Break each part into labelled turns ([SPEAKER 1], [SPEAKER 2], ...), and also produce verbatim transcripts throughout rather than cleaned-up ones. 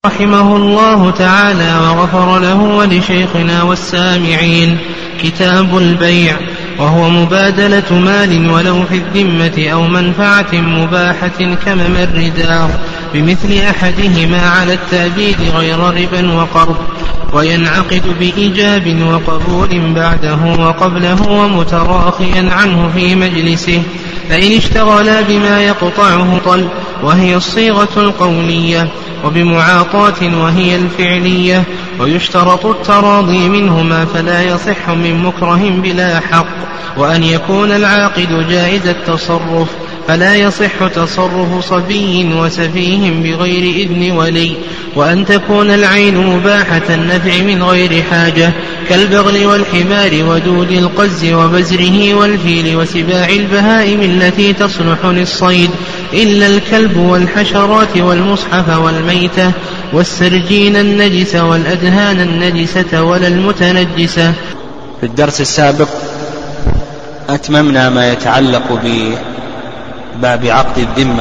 [SPEAKER 1] رحمه الله تعالى وغفر له ولشيخنا والسامعين. كتاب البيع، وهو مبادلة مال ولو في الذمة أو منفعة مباحة كممر دار بمثل أحدهما على التأبيد غير ربا وقرض، وينعقد بإيجاب وقبول بعده وقبله ومتراخيا عنه في مجلسه، فإن اشتغلا بما يقطعه طل وهي الصيغة القولية، وبمعاطاة وهي الفعلية، ويشترط التراضي منهما فلا يصح من مكره بلا حق، وأن يكون العاقد جائز التصرف فلا يصح تصرف صبي وسفيه بغير إذن ولي، وأن تكون العين مباحة النفع من غير حاجة كالبغل والحمار ودود القز وبزره والفيل وسباع البهائم التي تصلح للصيد إلا الكلب والحشرات والمصحف والميتة والسرجين النجس والأدهان النجسة ولا المتنجسة.
[SPEAKER 2] في الدرس السابق أتممنا ما يتعلق بباب عقد الذمة،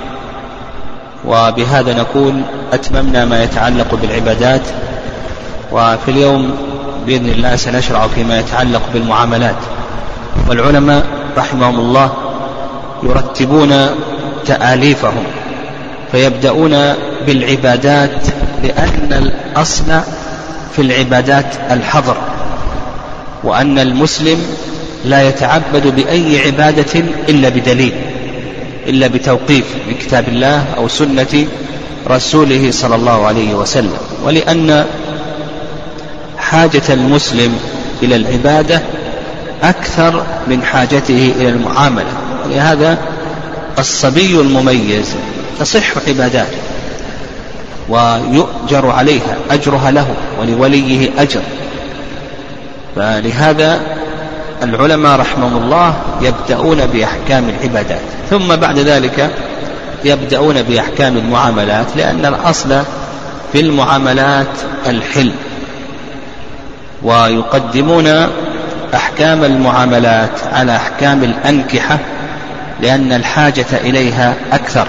[SPEAKER 2] وبهذا نقول أتممنا ما يتعلق بالعبادات، وفي اليوم بإذن الله سنشرع فيما يتعلق بالمعاملات. والعلماء رحمهم الله يرتبون تآليفهم فيبدأون بالعبادات، لأن الأصل في العبادات الحظر، وأن المسلم لا يتعبد بأي عبادة إلا بدليل، إلا بتوقيف من كتاب الله أو سنة رسوله صلى الله عليه وسلم، ولأن حاجة المسلم إلى العبادة أكثر من حاجته إلى المعاملة. ولهذا الصبي المميز تصح عباداته ويؤجر عليها، أجرها له ولوليه أجر. فلهذا العلماء رحمهم الله يبدأون بأحكام العبادات، ثم بعد ذلك يبدأون بأحكام المعاملات، لأن الأصل في المعاملات الحل، ويقدمون أحكام المعاملات على أحكام الأنكحة لأن الحاجة إليها أكثر.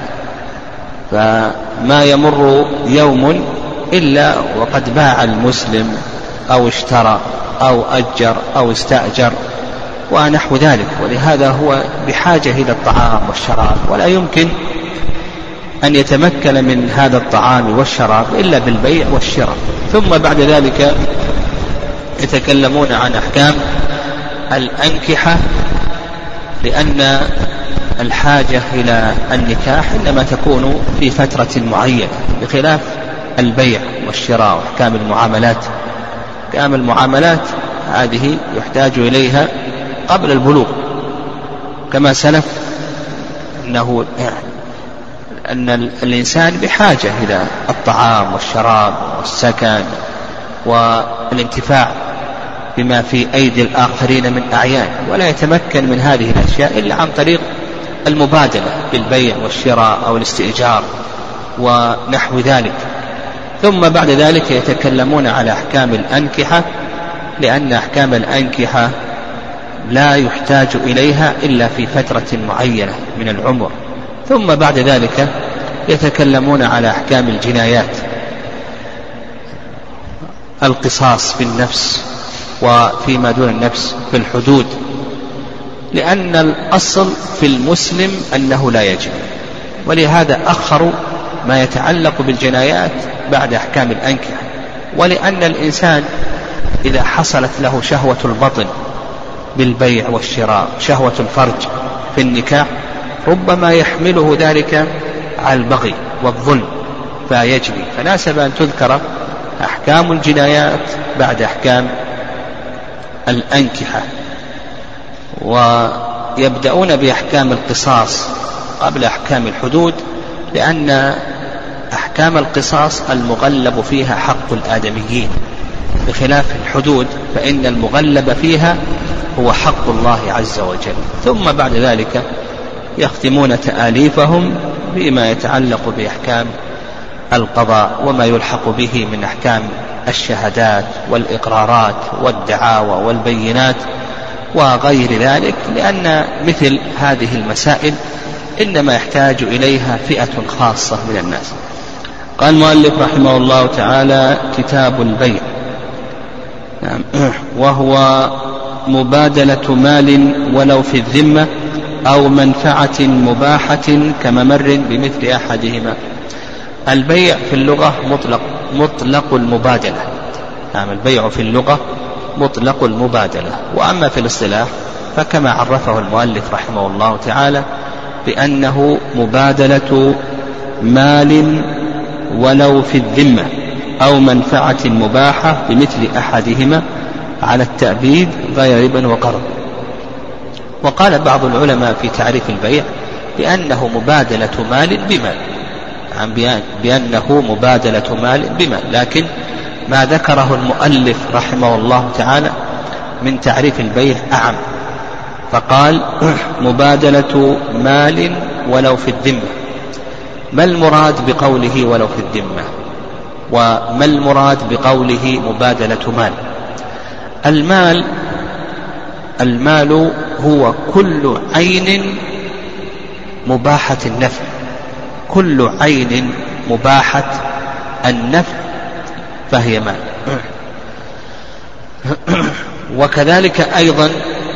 [SPEAKER 2] فما يمر يوم إلا وقد باع المسلم أو اشترى أو أجر أو استأجر ونحو ذلك، ولهذا هو بحاجة إلى الطعام والشراب، ولا يمكن أن يتمكن من هذا الطعام والشراب إلا بالبيع والشراء. ثم بعد ذلك يتكلمون عن أحكام الأنكحة، لأن الحاجة إلى النكاح إنما تكون في فترة معينة، بخلاف البيع والشراء وأحكام المعاملات. أحكام المعاملات هذه يحتاج إليها قبل البلوغ، كما سلف أنه أن الإنسان بحاجة إلى الطعام والشراب والسكن والانتفاع بما في أيدي الآخرين من أعيان، ولا يتمكن من هذه الأشياء إلا عن طريق المبادلة بالبيع والشراء أو الاستئجار ونحو ذلك. ثم بعد ذلك يتكلمون على أحكام الأنكحة، لأن أحكام الأنكحة لا يحتاج إليها إلا في فترة معينة من العمر. ثم بعد ذلك يتكلمون على أحكام الجنايات، القصاص في النفس وفيما دون النفس في الحدود، لأن الأصل في المسلم أنه لا يجب، ولهذا أخروا ما يتعلق بالجنايات بعد أحكام الأنكحة. ولأن الإنسان إذا حصلت له شهوة البطن بالبيع والشراء، شهوة الفرج في النكاح، ربما يحمله ذلك على البغي والظلم فيجري، فناسب أن تذكر أحكام الجنايات بعد أحكام الأنكحة. ويبدأون بأحكام القصاص قبل أحكام الحدود، لأن أحكام القصاص المغلب فيها حق الآدميين، بخلاف الحدود فإن المغلب فيها هو حق الله عز وجل. ثم بعد ذلك يختمون تآليفهم بما يتعلق بأحكام القضاء وما يلحق به من أحكام الشهادات والإقرارات والدعاوى والبينات وغير ذلك، لأن مثل هذه المسائل إنما يحتاج إليها فئة خاصة من الناس. قال المؤلف رحمه الله تعالى: كتاب البيع، وهو مبادلة مال ولو في الذمة أو منفعة مباحة كممر بمثل أحدهما. البيع في اللغة مطلق مطلق المبادلة، نعم البيع في اللغة مطلق المبادلة. وأما في الاصطلاح فكما عرفه المؤلف رحمه الله تعالى بأنه مبادلة مال ولو في الذمة أو منفعة مباحة بمثل أحدهما على التأبيد غير ربا وقرض. وقال بعض العلماء في تعريف البيع بأنه مبادلة مال بمال، عن بأنه مبادلة مال بمال، لكن ما ذكره المؤلف رحمه الله تعالى من تعريف البيع أعم، فقال: مبادلة مال ولو في الذمة. ما المراد بقوله ولو في الذمة؟ وما المراد بقوله مبادلة مال؟ المال المال هو كل عين مباحة النفع، كل عين مباحة النفع فهي مال. وكذلك أيضا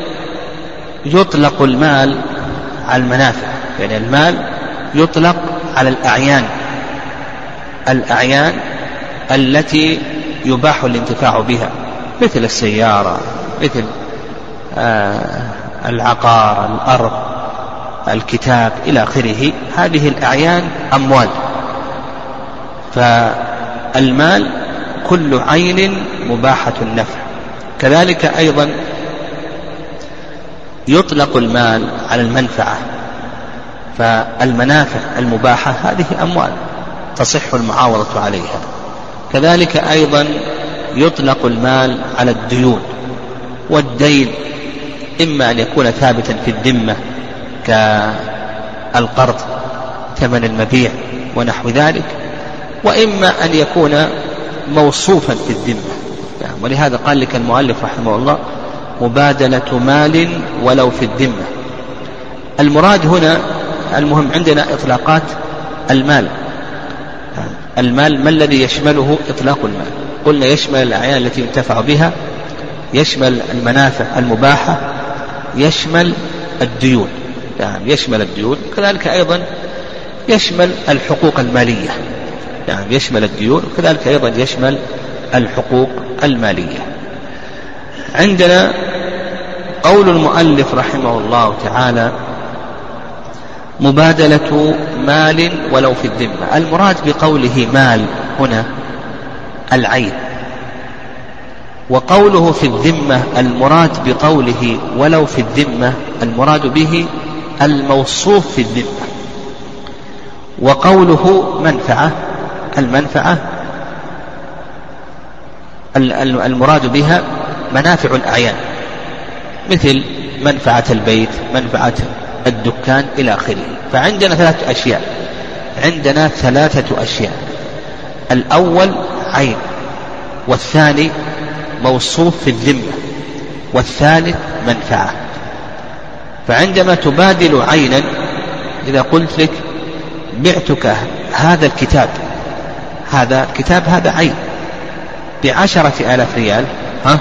[SPEAKER 2] يطلق المال على المنافع، يعني المال يطلق على الأعيان الأعيان التي يباح الانتفاع بها، مثل السيارة، مثل آه العقار، الأرض، الكتاب إلى آخره. هذه الأعيان أموال. فالمال كل عين مباحة النفع. كذلك أيضا يطلق المال على المنفعة، فالمنافع المباحة هذه أموال تصح المعاوضة عليها. كذلك أيضا يطلق المال على الديون، والدين إما أن يكون ثابتا في الذمة كالقرض ثمن المبيع ونحو ذلك، وإما أن يكون موصوفا في الذمة. يعني ولهذا قال لك المؤلف رحمه الله: مبادلة مال ولو في الذمة. المراد هنا المهم عندنا إطلاقات المال. المال ما الذي يشمله إطلاق المال؟ قلنا يشمل الأعيان التي ينتفع بها، يشمل المنافع المباحة، يشمل الديون، يعني يشمل الديون. كذلك أيضا يشمل الحقوق المالية، يعني يشمل الديون، وكذلك أيضا يشمل الحقوق المالية. عندنا قول المؤلف رحمه الله تعالى: مبادلة مال ولو في الذمة. المراد بقوله مال هنا العين، وقوله في الذمة المراد بقوله ولو في الذمة المراد به الموصوف في الذمة. وقوله منفعة، المنفعة المراد بها منافع الأعيان، مثل منفعة البيت، منفعة الدكان إلى آخره. فعندنا ثلاثة أشياء عندنا ثلاثة أشياء الأول عين، والثاني موصوف في الذمة، والثالث منفعة. فعندما تبادل عينا، إذا قلت لك بعتك هذا الكتاب، هذا الكتاب هذا عين بعشرة آلاف ريال، ها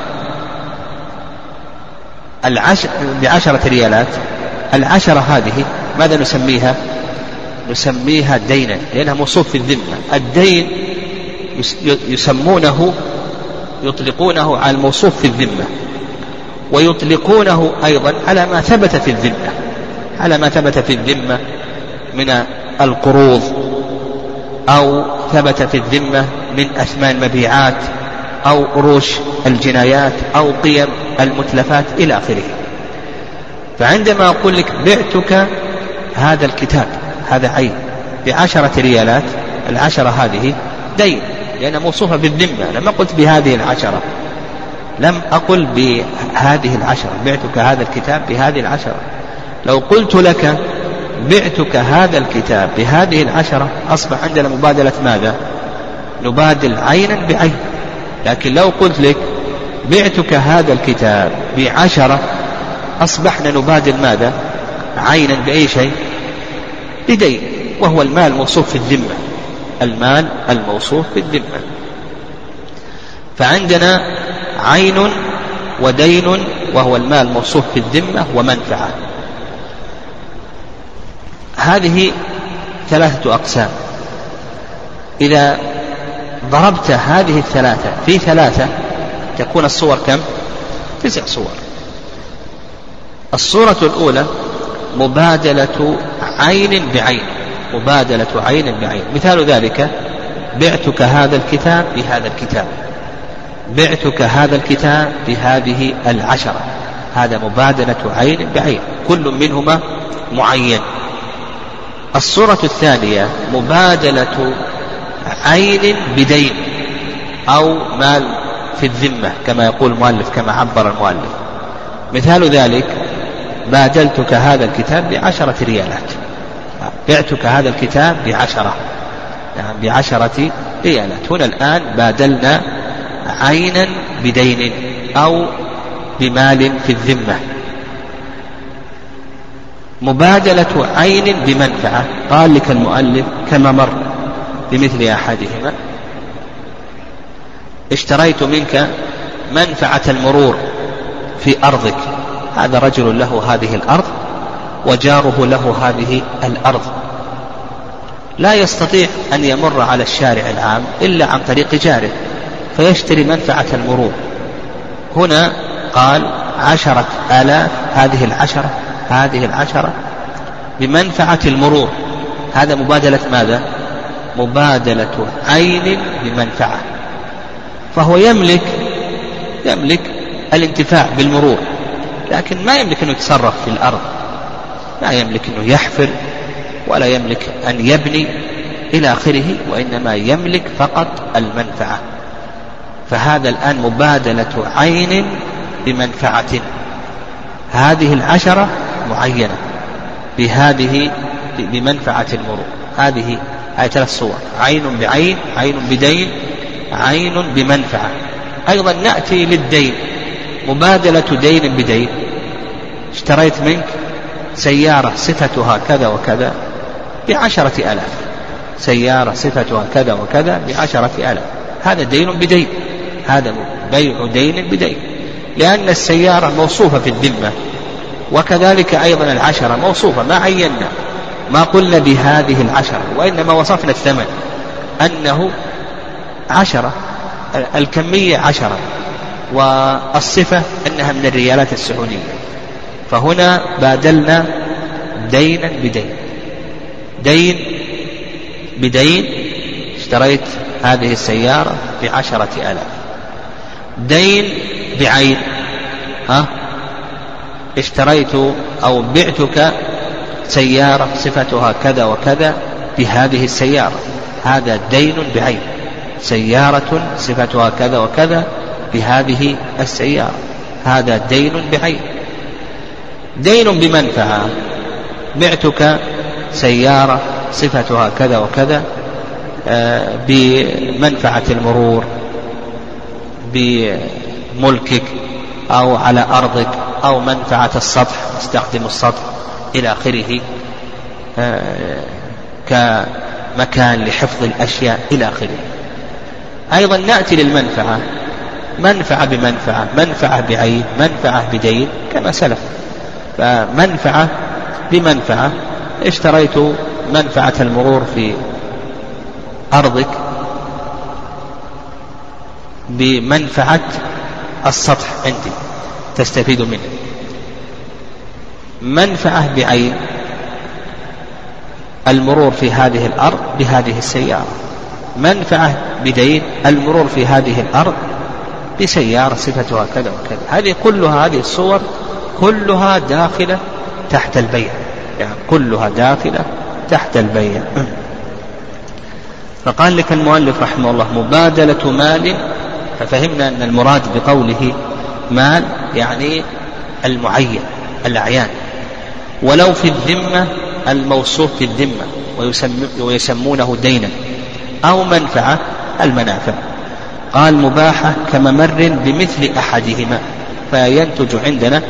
[SPEAKER 2] العشر بعشرة ريالات، العشرة هذه ماذا نسميها؟ نسميها دينا، لأنها موصوف في الذمة. الدين يسمونه يطلقونه على الموصوف في الذمة، ويطلقونه أيضا على ما ثبت في الذمة، على ما ثبت في الذمة من القروض، أو ثبت في الذمة من أثمان مبيعات، أو قروش الجنايات، أو قيم المتلفات إلى آخره. فعندما أقول لك بعتك هذا الكتاب، هذا عين بعشرة ريالات، العشرة هذه دين لأنها موصوفة بالذمة. أنا ما قلت بهذه العشرة، لم أقل بهذه العشرة، بعتك هذا الكتاب بهذه العشرة. لو قلت لك بعتك هذا الكتاب بهذه العشرة، أصبح عندنا مبادلة ماذا؟ نبادل عينا بعين. لكن لو قلت لك بعتك هذا الكتاب بعشرة، أصبحنا نبادل ماذا؟ عينا بأي شيء؟ بدين، وهو المال موصوف في الذمة. المال الموصوف بالذمة. فعندنا عين ودين، وهو المال موصوف بالذمة، ومنفعة. هذه ثلاثة أقسام. إذا ضربت هذه الثلاثة في ثلاثة تكون الصور كم؟ تسع صور. الصورة الأولى مبادلة عين بعين، مبادلة عين بعين. مثال ذلك: بعتك هذا الكتاب بهذا الكتاب، بعتك هذا الكتاب بهذه العشرة. هذا مبادلة عين بعين، كل منهما معين. الصورة الثانية مبادلة عين بدين أو مال في الذمة كما يقول المؤلف، كما عبر المؤلف. مثال ذلك: بادلتك هذا الكتاب بعشرة ريالات، بعتك هذا الكتاب بعشرة، يعني بعشرة ريالات. هنا الآن بادلنا عينا بدين أو بمال في الذمة. مبادلة عين بمنفعة، قال لك المؤلف كما مر بمثل أحدهما: اشتريت منك منفعة المرور في أرضك. هذا رجل له هذه الأرض وجاره له هذه الأرض، لا يستطيع أن يمر على الشارع العام إلا عن طريق جاره، فيشتري منفعة المرور. هنا قال عشرة آلاف، هذه العشرة هذه العشرة بمنفعة المرور. هذا مبادلة ماذا؟ مبادلة عين بمنفعة. فهو يملك يملك الانتفاع بالمرور، لكن ما يملك أن يتصرف في الأرض، لا يملك أنه يحفر، ولا يملك أن يبني إلى آخره، وإنما يملك فقط المنفعة. فهذا الآن مبادلة عين بمنفعة. هذه العشرة معينة بهذه بمنفعة المرور. هذه هذه ثلاث صور: عين بعين، عين بدين، عين بمنفعة. أيضا نأتي للدين، مبادلة دين بدين. اشتريت منك سيارة صفتها كذا وكذا بعشرة آلاف، سيارة صفتها كذا وكذا بعشرة آلاف. هذا دين بدين، هذا بيع دين بدين، لأن السيارة موصوفة في الذمة، وكذلك أيضا العشرة موصوفة. ما عينا، ما قلنا بهذه العشرة، وإنما وصفنا الثمن أنه عشرة، الكمية عشرة، والصفة أنها من الريالات السعودية. فهنا بادلنا دينا بدين. دين بدين، اشتريت هذه السيارة بعشرة آلاف. دين بعين، ها اشتريت أو بعتك سيارة صفتها كذا وكذا بهذه السيارة. هذا دين بعين، سيارة صفتها كذا وكذا بهذه السيارة. هذا دين بعين. دين بمنفعة، بعتك سيارة صفتها كذا وكذا بمنفعة المرور، بملكك أو على أرضك، أو منفعة السطح، استخدم السطح إلى آخره، كمكان لحفظ الأشياء إلى آخره. أيضا نأتي للمنفعة، منفعة بمنفعة، منفعة بعين، منفعة بدين كما سلف. فمنفعة بمنفعة، اشتريت منفعة المرور في أرضك بمنفعة السطح عندي تستفيد منه. منفعة بعين، المرور في هذه الأرض بهذه السيارة. منفعة بدين، المرور في هذه الأرض بسيارة صفتها كذا وكذا. هذه كلها، هذه الصور كلها داخلة تحت البيع، يعني كلها داخلة تحت البيع. فقال لك المؤلف رحمه الله مبادلة مال. ففهمنا أن المراد بقوله مال يعني المعين، الأعيان، ولو في الذمة الموصوف في الذمة، ويسمونه دينا، أو منفعة المنافع. قال مباحة كممر بمثل أحدهما، فينتج عندنا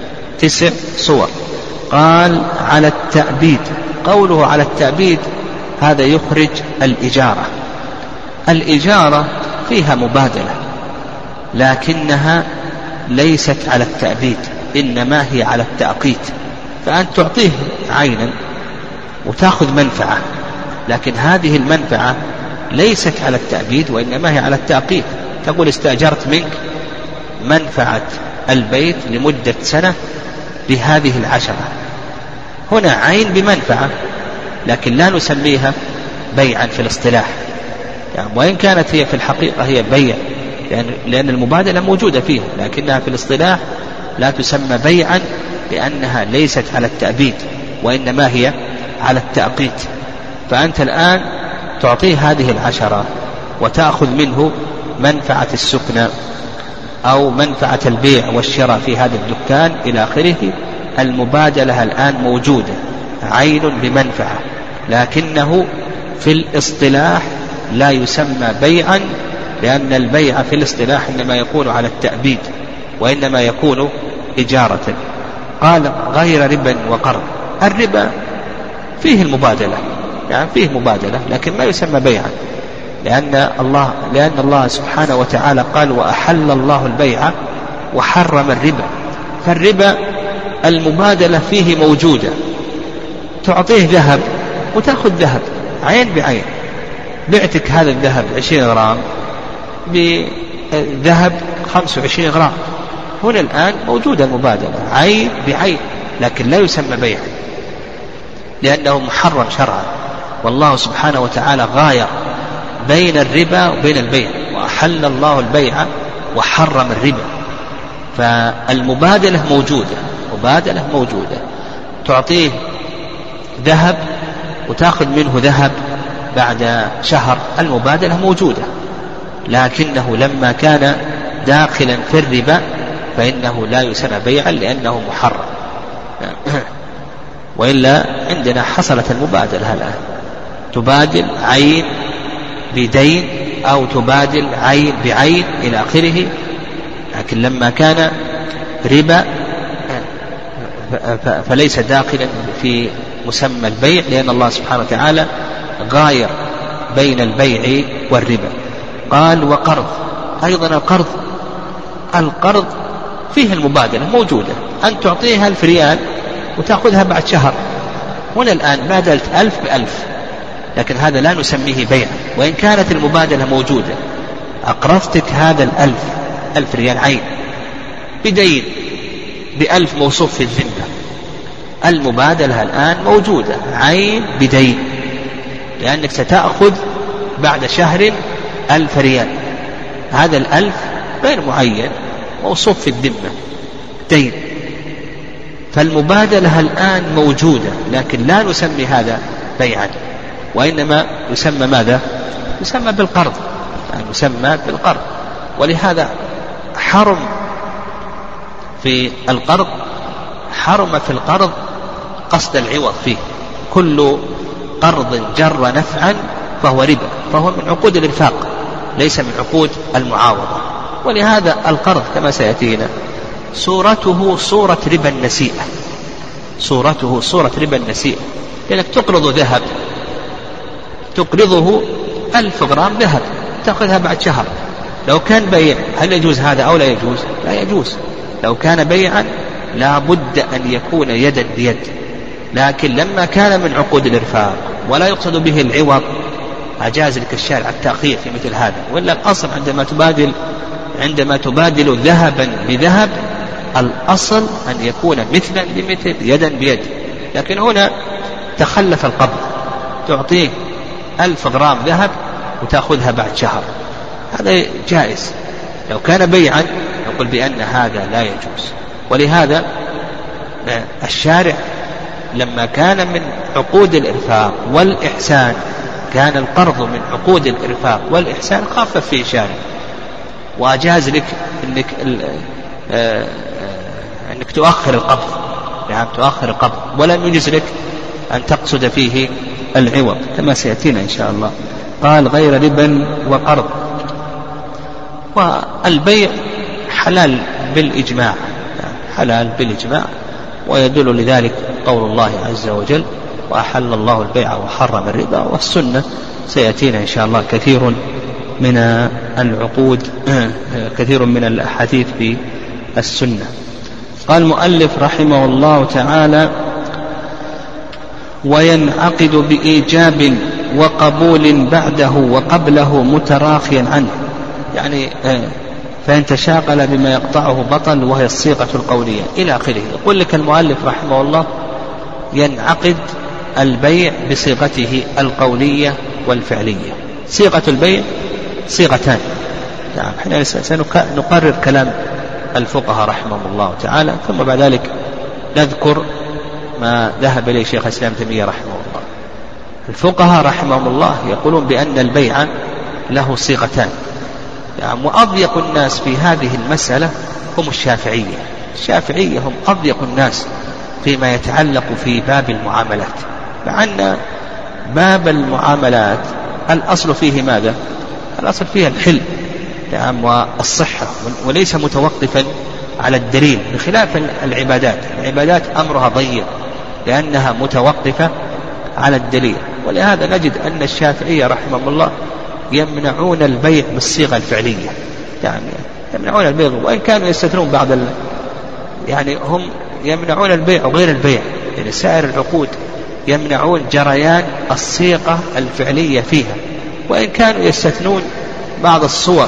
[SPEAKER 2] تسع صور. قال على التأبيد. قوله على التأبيد هذا يخرج الإجارة. الإجارة فيها مبادلة لكنها ليست على التأبيد، إنما هي على التأقيت. فأنت تعطيه عينا وتأخذ منفعة، لكن هذه المنفعة ليست على التأبيد وإنما هي على التأقيت. تقول استأجرت منك منفعة البيت لمدة سنة بهذه العشرة، هنا عين بمنفعة، لكن لا نسميها بيعا في الاصطلاح يعني، وإن كانت هي في الحقيقة هي بيع لأن, لأن المبادلة موجودة فيها، لكنها في الاصطلاح لا تسمى بيعا لأنها ليست على التأبيد وإنما هي على التأقيت. فأنت الآن تعطيه هذه العشرة وتأخذ منه منفعة السكنة أو منفعة البيع والشراء في هذا الدكان إلى آخره. المبادلة الآن موجودة عين بمنفعة، لكنه في الاصطلاح لا يسمى بيعا، لأن البيع في الاصطلاح إنما يكون على التأبيد وإنما يكون إجارة. قال غير ربا وقرض. الربا فيه المبادلة يعني فيه مبادلة لكن ما يسمى بيعا، لأن الله, لأن الله سبحانه وتعالى قال وأحل الله البيع وحرم الربا. فالربا المبادلة فيه موجودة، تعطيه ذهب وتأخذ ذهب عين بعين. بعتك هذا الذهب عشرين غرام بذهب خمسة وعشرين غرام، هنا الآن موجودة المبادلة عين بعين، لكن لا يسمى بيعا لأنه محرم شرعا. والله سبحانه وتعالى غاير بين الربا وبين البيع، وأحل الله البيع وحرم الربا. فالمبادلة موجودة، مبادلة موجودة، تعطيه ذهب وتأخذ منه ذهب بعد شهر، المبادلة موجودة، لكنه لما كان داخلا في الربا فإنه لا يسمى بيعا لأنه محرم. وإلا عندنا حصلت المبادلة الآن، تبادل عين بدين أو تبادل عين بعين إلى آخره، لكن لما كان ربا فليس داخلا في مسمى البيع، لأن الله سبحانه وتعالى غاير بين البيع والربا. قال وقرض. أيضا القرض، القرض فيه المبادلة موجودة، أن تعطيها ألف ريال وتأخذها بعد شهر، هنا الآن بادلت ألف بألف، لكن هذا لا نسميه بيعا وإن كانت المبادلة موجودة. أقرضتك هذا الألف، ألف ريال عين بدين بألف موصوف في الذمة، المبادلة الآن موجودة عين بدين، لأنك ستأخذ بعد شهر ألف ريال، هذا الألف غير معين موصوف في الذمة دين. فالمبادلة الآن موجودة، لكن لا نسمي هذا بيعا وإنما يسمى ماذا؟ يسمى بالقرض، يعني يسمى بالقرض. ولهذا حرم في القرض، حرم في القرض قصد العوض فيه. كل قرض جر نفعا فهو ربا، فهو من عقود الإنفاق ليس من عقود المعاوضة. ولهذا القرض كما سيأتينا صورته صورة ربا النسيئة، صورته صورة ربا النسيئة، لأنك تقرض ذهب، تقرضه ألف غرام ذهب تأخذها بعد شهر. لو كان بيع هل يجوز هذا أو لا يجوز؟ لا يجوز. لو كان بيعا لا بد أن يكون يدا بيد، لكن لما كان من عقود الإرفاق ولا يقصد به العوض أجاز لك الشارع التأخير في مثل هذا. وإلا الأصل عندما تبادل عندما تبادل ذهبا بذهب الأصل أن يكون مثلا بمثل يدا بيد، لكن هنا تخلف القبض، تعطيه ألف غرام ذهب وتأخذها بعد شهر، هذا جائز. لو كان بيعا نقول بأن هذا لا يجوز. ولهذا الشارع لما كان من عقود الإرفاق والإحسان، كان القرض من عقود الإرفاق والإحسان، خفف فيه الشارع وأجاز لك أنك, أنك تؤخر القبض، نعم تؤخر القبض، ولم يجز لك أن تقصد فيه العوض كما سيأتينا إن شاء الله. قال غير ربا وقرض. والبيع حلال بالإجماع، حلال بالإجماع، ويدل لذلك قول الله عز وجل وأحل الله البيع وحرم الربا، والسنة سيأتينا إن شاء الله كثير من العقود كثير من الأحاديث في السنة. قال المؤلف رحمه الله تعالى: وينعقد بإيجاب وقبول بعده وقبله متراخيا عنه، يعني فإن تشاغل بما يقطعه بطل، وهي الصيغة القولية إلى آخره. يقول لك المؤلف رحمه الله: ينعقد البيع بصيغته القولية والفعلية. صيغة البيع صيغتان، نعم احنا سنقرر كلام الفقهاء رحمهم الله تعالى، ثم بعد ذلك نذكر ما ذهب إليه شيخ الإسلام ابن تيمية رحمه الله. الفقهاء رحمهم الله يقولون بأن البيع له صيغتان، يعني وأضيق الناس في هذه المسألة هم الشافعية. الشافعية هم أضيق الناس فيما يتعلق في باب المعاملات، مع أن باب المعاملات الأصل فيه ماذا؟ الأصل فيه الحل نعم والصحة، وليس متوقفا على الدليل، بخلاف العبادات. العبادات أمرها ضيق لأنها متوقفة على الدليل، ولهذا نجد أن الشافعية رحمهم الله يمنعون البيع بالصيغة الفعلية، يعني يمنعون البيع، وإن كانوا يستثنون بعض ال... يعني هم يمنعون البيع وغير البيع، يعني سائر العقود يمنعون جريان الصيغة الفعلية فيها، وإن كانوا يستثنون بعض الصور،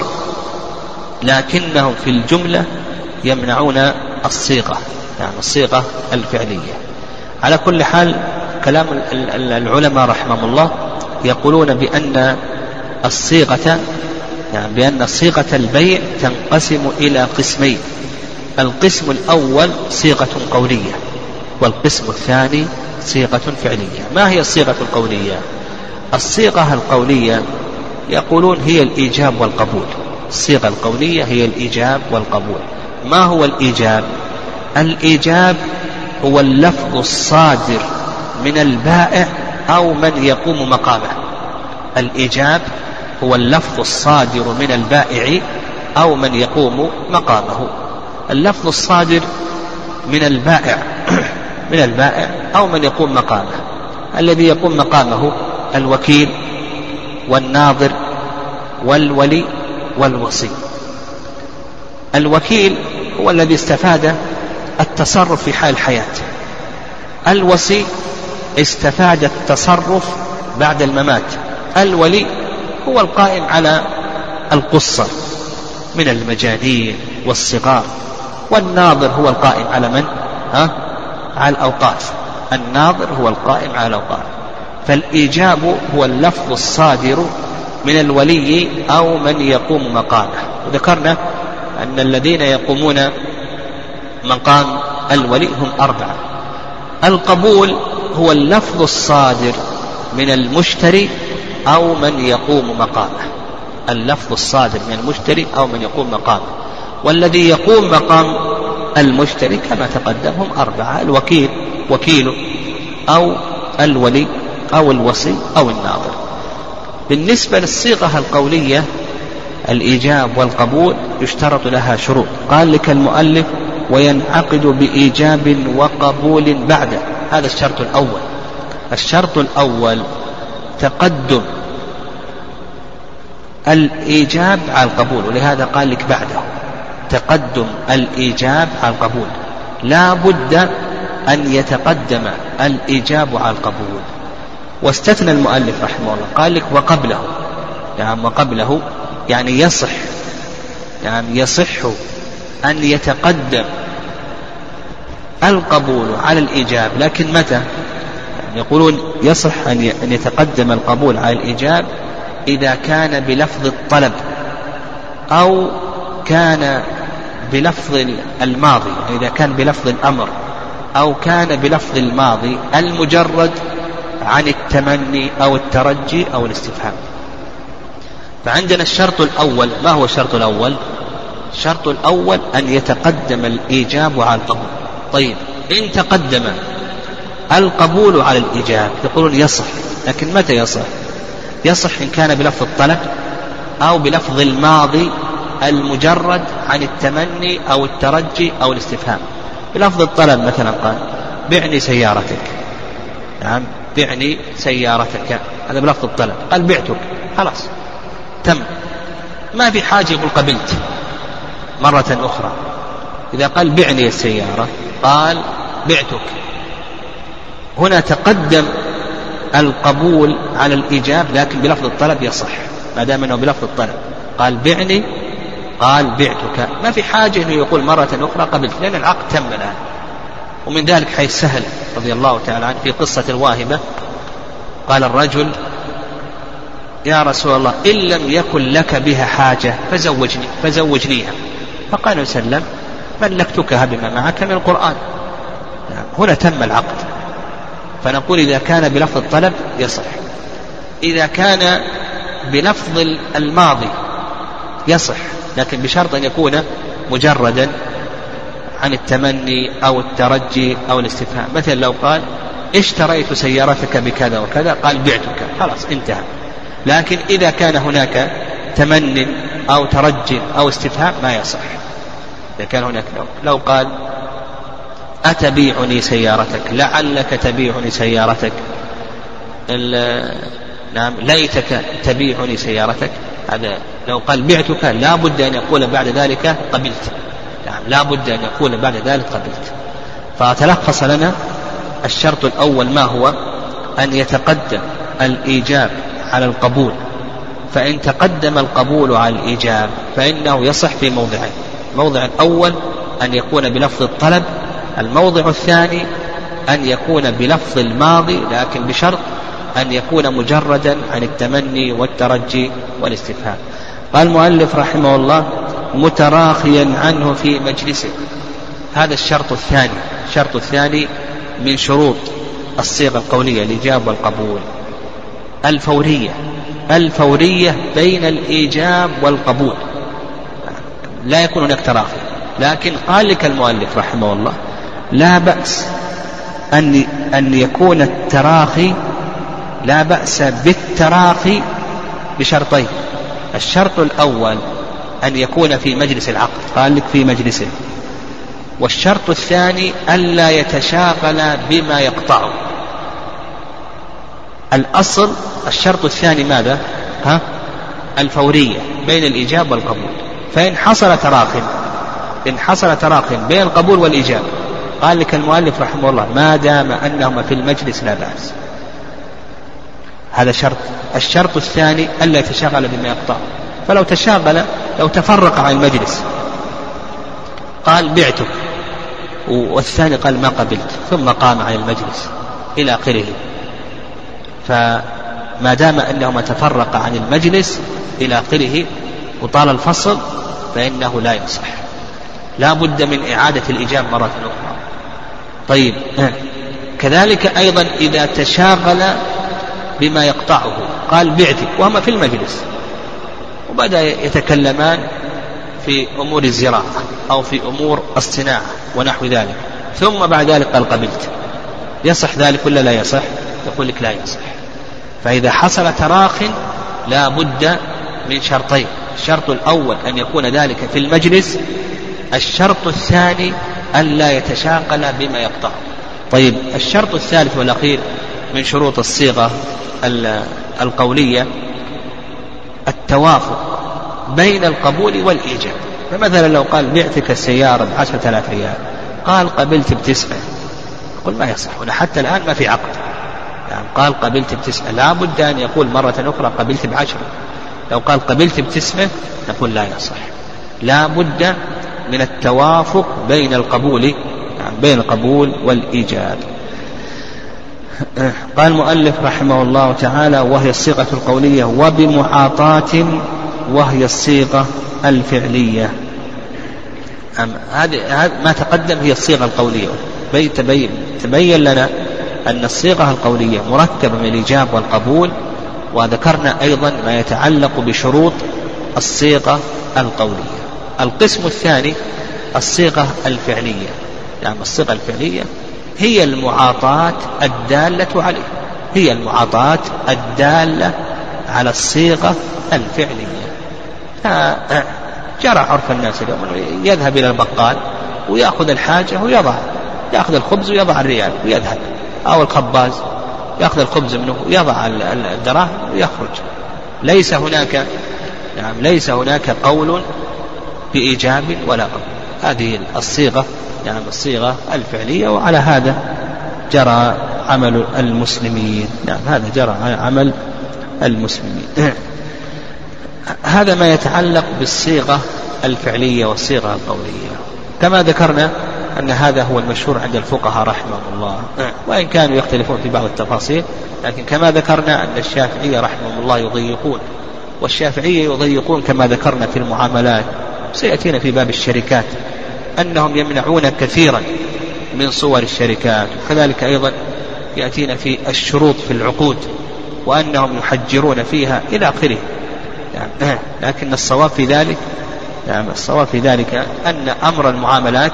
[SPEAKER 2] لكنهم في الجملة يمنعون الصيغة، يعني الصيغة الفعلية. على كل حال كلام العلماء رحمهم الله يقولون بأن الصيغة يعني بأن صيغة البيع تنقسم إلى قسمين: القسم الأول صيغة قولية، والقسم الثاني صيغة فعلية. ما هي الصيغة القولية؟ الصيغة القولية يقولون هي الإيجاب والقبول. الصيغة القولية هي الإيجاب والقبول. ما هو الإيجاب؟ الإيجاب هو اللفظ الصادر من البائع أو من يقوم مقامه. الإيجاب هو اللفظ الصادر من البائع أو من يقوم مقامه. اللفظ الصادر من البائع من البائع أو من يقوم مقامه. الذي يقوم مقامه الوكيل والناظر والولي والوصي. الوكيل هو الذي استفاد التصرف في حال الحياة، الوصي استفاد التصرف بعد الممات، الولي هو القائم على القصة من المجانين والصغار، والناظر هو القائم على من؟ ها؟ على الأوقاف. الناظر هو القائم على الأوقاف. فالإيجاب هو اللفظ الصادر من الولي أو من يقوم مقامه. وذكرنا أن الذين يقومون مقام الولي هم أربعة. القبول هو اللفظ الصادر من المشتري أو من يقوم مقامه. اللفظ الصادر من المشتري أو من يقوم مقامه. والذي يقوم مقام المشتري كما تقدم هم أربعة: الوكيل وكيله أو الولي أو الوصي أو الناظر. بالنسبة للصيغة القولية الإيجاب والقبول يشترط لها شروط. قال لك المؤلف: وينعقد بإيجاب وقبول بعده. هذا الشرط الأول. الشرط الأول تقدم الإيجاب على القبول، ولهذا قال لك بعده تقدم الإيجاب على القبول. لا بد أن يتقدم الإيجاب على القبول. واستثنى المؤلف رحمه الله قال لك وقبله، يعني وقبله يعني يصح يعني يصح أن يتقدم القبول على الإيجاب، لكن متى؟ يعني يقولون يصح أن يتقدم القبول على الإيجاب إذا كان بلفظ الطلب أو كان بلفظ الماضي، يعني إذا كان بلفظ الأمر أو كان بلفظ الماضي المجرد عن التمني أو الترجي أو الاستفهام. فعندنا الشرط الأول. ما هو الشرط الأول؟ الشرط الأول أن يتقدم الإيجاب على القبول. طيب إن تقدم القبول على الإيجاب يقولون يصح، لكن متى يصح؟ يصح إن كان بلفظ الطلب أو بلفظ الماضي المجرد عن التمني أو الترجي أو الاستفهام. بلفظ الطلب مثلا قال: بعني سيارتك، نعم بعني سيارتك، هذا بلفظ الطلب. قال بعتك، خلاص تم، ما في حاجة يقول قبلت مرة أخرى. إذا قال بعني السيارة قال بعتك، هنا تقدم القبول على الإيجاب لكن بلفظ الطلب يصح ما دام أنه بلفظ الطلب. قال بعني قال بعتك، ما في حاجة أنه يقول مرة أخرى قبلت، لأن العقد تم الآن. ومن ذلك حيث سهل رضي الله تعالى عنه في قصة الواهبة، قال الرجل يا رسول الله إن لم يكن لك بها حاجة فزوجني فزوجنيها، فقال وسلم ملكتكها بما معك من القرآن. هنا تم العقد. فنقول إذا كان بلفظ الطلب يصح، إذا كان بلفظ الماضي يصح، لكن بشرط أن يكون مجردا عن التمني أو الترجي أو الاستفهام. مثلا لو قال اشتريت سيارتك بكذا وكذا قال بعتك، خلاص انتهى. لكن إذا كان هناك تمن أو ترجي أو استفهام ما يصح. إذا كان هناك لو, لو قال أتبيعني سيارتك، لعلك تبيعني سيارتك، نعم ليتك تبيعني سيارتك، هذا لو قال بعتك لا بد أن يقول بعد ذلك قبلت، نعم لا بد أن يقول بعد ذلك قبلت. فتلخص لنا الشرط الأول ما هو؟ أن يتقدم الإيجاب على القبول، فإن تقدم القبول على الإيجاب فإنه يصح في موضعين. الموضع الأول أن يكون بلفظ الطلب، الموضع الثاني أن يكون بلفظ الماضي لكن بشرط أن يكون مجردا عن التمني والترجي والاستفهام. قال المؤلف رحمه الله متراخيا عنه في مجلسه، هذا الشرط الثاني. الشرط الثاني من شروط الصيغة القولية الإيجاب والقبول الفورية، الفورية بين الإيجاب والقبول، لا يكون هناك تراخي. لكن قال لك المؤلف رحمه الله لا بأس أن أن يكون التراخي، لا بأس بالتراخي بشرطين. الشرط الأول أن يكون في مجلس العقد، قال لك في مجلسه. والشرط الثاني ألا يتشاغل بما يقطعه. الأصل الشرط الثاني ماذا؟ ها؟ الفورية بين الإيجاب والقبول. فإن حصل تراخ إن حصل تراخ بين القبول والإيجاب قال لك المؤلف رحمه الله ما دام أنهما في المجلس لا بأس. هذا شرط. الشرط الثاني ألا يتشاغل بما يقطعه. فلو تشاغل، لو تفرق عن المجلس قال بعتك والثاني قال ما قبلت ثم قام عن المجلس إلى آخره، فما دام أنهما تفرق عن المجلس إلى آخره وطال الفصل فإنه لا يصح، لا بد من إعادة الإيجاب مرة أخرى. طيب كذلك أيضا إذا تشاغل بما يقطعه، قال بعتك وهما في المجلس وبدأ يتكلمان في أمور الزراعة أو في أمور الصناعة ونحو ذلك، ثم بعد ذلك قال قبلت، يصح ذلك ولا لا يصح؟ يقول لك لا يصح. فإذا حصل تراخ لا بد من شرطين. الشرط الأول أن يكون ذلك في المجلس، الشرط الثاني ألا يتشاغل بما يقطعه. طيب الشرط الثالث والأخير من شروط الصيغة القولية التوافق بين القبول والإيجاب. فمثلا لو قال بعتك السيارة بعشرة آلاف ريال قال قبلت بتسعة، يقول ما يصح، ولا حتى الآن ما في عقد، يعني قال قبلت بتسعة لا بد أن يقول مرة أخرى قبلت بعشرة. لو قال قبلت بتسعة نقول لا يصح، لا بد من التوافق بين القبول، يعني بين القبول والإيجاب. قال المؤلف رحمه الله تعالى وهي الصيغة القولية وبمعاطاة وهي الصيغة الفعلية. هذا ما تقدم هي الصيغة القولية. تبين, تبين لنا أن الصيغة القولية مركبة من الإيجاب والقبول، وذكرنا أيضا ما يتعلق بشروط الصيغة القولية. القسم الثاني الصيغة الفعلية، يعني الصيغة الفعلية هي المعاطاة الدالة عليه، هي المعاطاة الدالة على الصيغة الفعلية. جرى عرف الناس اليوم يذهب إلى البقال ويأخذ الحاجة ويضع، يأخذ الخبز ويضع الريال ويذهب، أو الخباز يأخذ الخبز منه يضع الدراهم ويخرج. ليس هناك نعم ليس هناك قول بإيجاب ولا قول. هذه الصيغة يعني الصيغة الفعلية، وعلى هذا جرى عمل المسلمين. نعم هذا جرى عمل المسلمين. هذا ما يتعلق بالصيغة الفعلية والصيغة القولية. كما ذكرنا أن هذا هو المشهور عند الفقهاء رحمه الله، وإن كانوا يختلفون في بعض التفاصيل، لكن كما ذكرنا أن الشافعية رحمه الله يضيقون، والشافعية يضيقون كما ذكرنا في المعاملات، سيأتينا في باب الشركات أنهم يمنعون كثيرا من صور الشركات، وكذلك أيضا يأتينا في الشروط في العقود وأنهم يحجرون فيها إلى آخره. يعني لكن الصواب في ذلك يعني الصواب في ذلك أن أمر المعاملات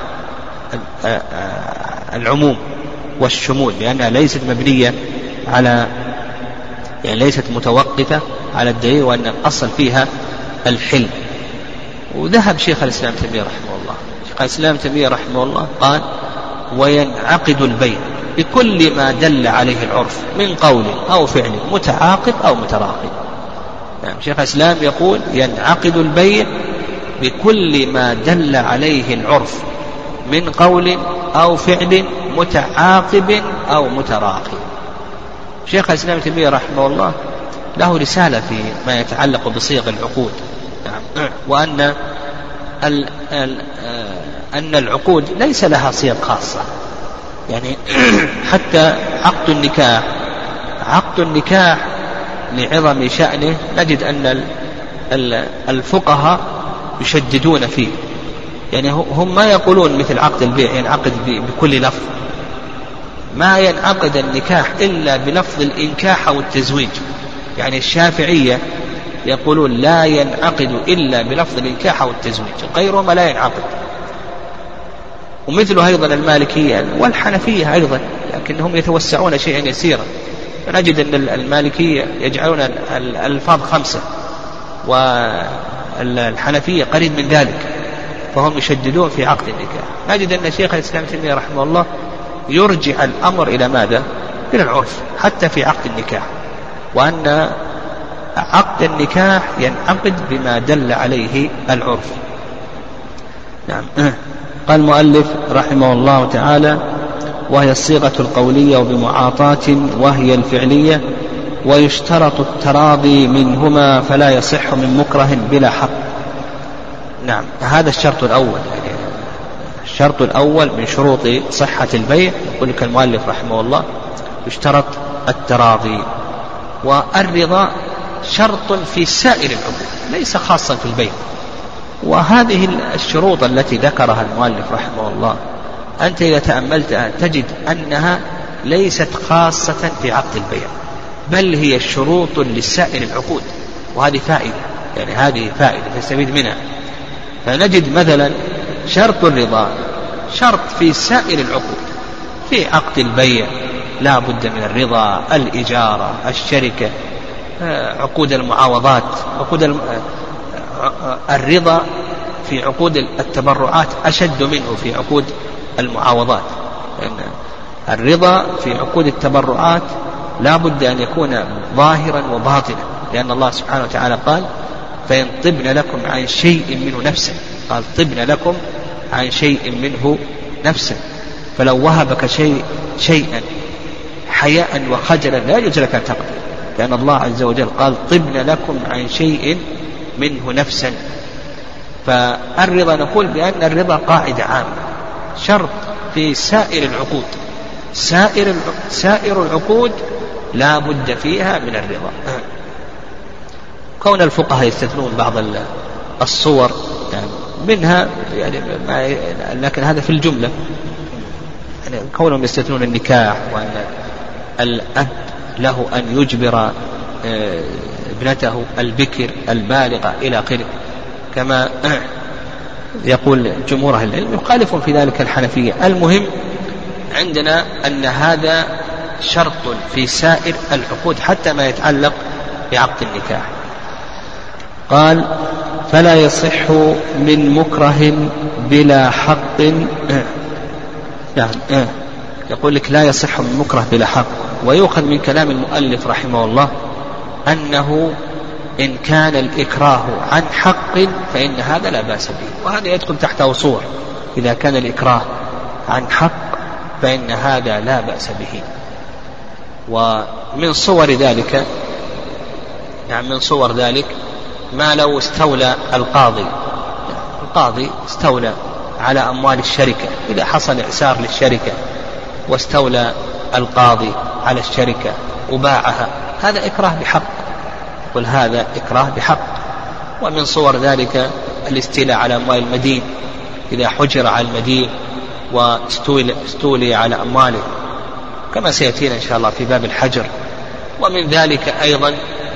[SPEAKER 2] العموم والشمول، لأنها ليست مبنية على يعني ليست متوقفة على الدليل، وأن الأصل فيها الحل. وذهب شيخ الإسلام تيمية رحمه الله شيخ الإسلام تيمية رحمه الله قال: وينعقد البيع بكل ما دل عليه العرف من قول أو فعل متعاقب أو متراقب. يعني شيخ الإسلام يقول: ينعقد البيع بكل ما دل عليه العرف من قول أو فعل متعاقب أو متراقب. شيخ الإسلام تيمية رحمه الله له رسالة في ما يتعلق بصيغ العقود، وأن ال ال أن العقود ليس لها صيغ خاصة. يعني حتى عقد النكاح عقد النكاح لعظم شأنه نجد أن الفقهاء يشددون فيه. يعني هم ما يقولون مثل عقد البيع ينعقد بكل لفظ، ما ينعقد النكاح إلا بلفظ الإنكاح أو التزويج. يعني الشافعية يقولون لا ينعقد إلا بلفظ الإنكاح أو التزويج، غيرهما لا ينعقد. ومثله أيضا المالكية والحنفية أيضا، لكنهم يتوسعون شيئا يسيرا. فنجد أن المالكية يجعلون الألفاظ خمسة، والحنفية قريب من ذلك، فهم يشددون في عقد النكاح. نجد أن شيخ الإسلام تيمية رحمه الله يرجع الأمر إلى ماذا؟ إلى العرف حتى في عقد النكاح، وأن عقد النكاح ينعقد بما دل عليه العرف. نعم. قال المؤلف رحمه الله تعالى: وهي الصيغة القولية وبمعاطاة وهي الفعلية، ويشترط التراضي منهما فلا يصح من مكره بلا حق. نعم هذا الشرط الأول. يعني الشرط الأول من شروط صحة البيع، يقول لك المؤلف رحمه الله: يشترط التراضي. والرضا شرط في سائر العقود ليس خاصا في البيع. وهذه الشروط التي ذكرها المؤلف رحمه الله أنت إذا تأملتها تجد أنها ليست خاصة في عقد البيع، بل هي شروط لسائر العقود، وهذه فائدة. يعني هذه فائدة تستفيد منها. فنجد مثلا شرط الرضا شرط في سائر العقود. في عقد البيع لا بد من الرضا، الإجارة، الشركة، عقود المعاوضات، عقود الم... الرضا في عقود التبرعات أشد منه في عقود المعاوضات. الرضا في عقود التبرعات لا بد أن يكون ظاهرا وباطنا، لأن الله سبحانه وتعالى قال: فإن طبن لكم عن شيء منه نفسا. قال: طبن لكم عن شيء منه نفسا. فلو وهبك شيء شيئا حياء وخجلا لا يجوز لك أن تقبل، لأن الله عز وجل قال: طبن لكم عن شيء منه نفسا. فالرضا نقول بأن الرضا قاعدة عامة، شرط في سائر العقود. سائر سائر العقود لا بد فيها من الرضا. كون الفقهاء يستثنون بعض الصور يعني منها يعني لكن هذا في الجملة، يعني كونهم يستثنون النكاح، وأن الأب له أن يجبر ابنته البكر البالغة إلى آخره، كما يقول جمهور أهل العلم، يخالفون في ذلك الحنفية. المهم عندنا أن هذا شرط في سائر العقود حتى ما يتعلق بعقد النكاح. قال: فلا يصح من مكره بلا حق. يعني يقول لك لا يصح من مكره بلا حق. ويؤخذ من كلام المؤلف رحمه الله أنه إن كان الإكراه عن حق فإن هذا لا بأس به، وهذا يدخل تحته صور. إذا كان الإكراه عن حق فإن هذا لا بأس به. ومن صور ذلك يعني من صور ذلك ما لو استولى القاضي القاضي استولى على أموال الشركة، إذا حصل إعسار للشركة واستولى القاضي على الشركة وباعها، هذا إكراه بحق، قل هذا إكراه بحق. ومن صور ذلك الاستيلاء على أموال المدين، إذا حجر على المدين واستولي على أمواله، كما سيأتينا إن شاء الله في باب الحجر. ومن ذلك أيضا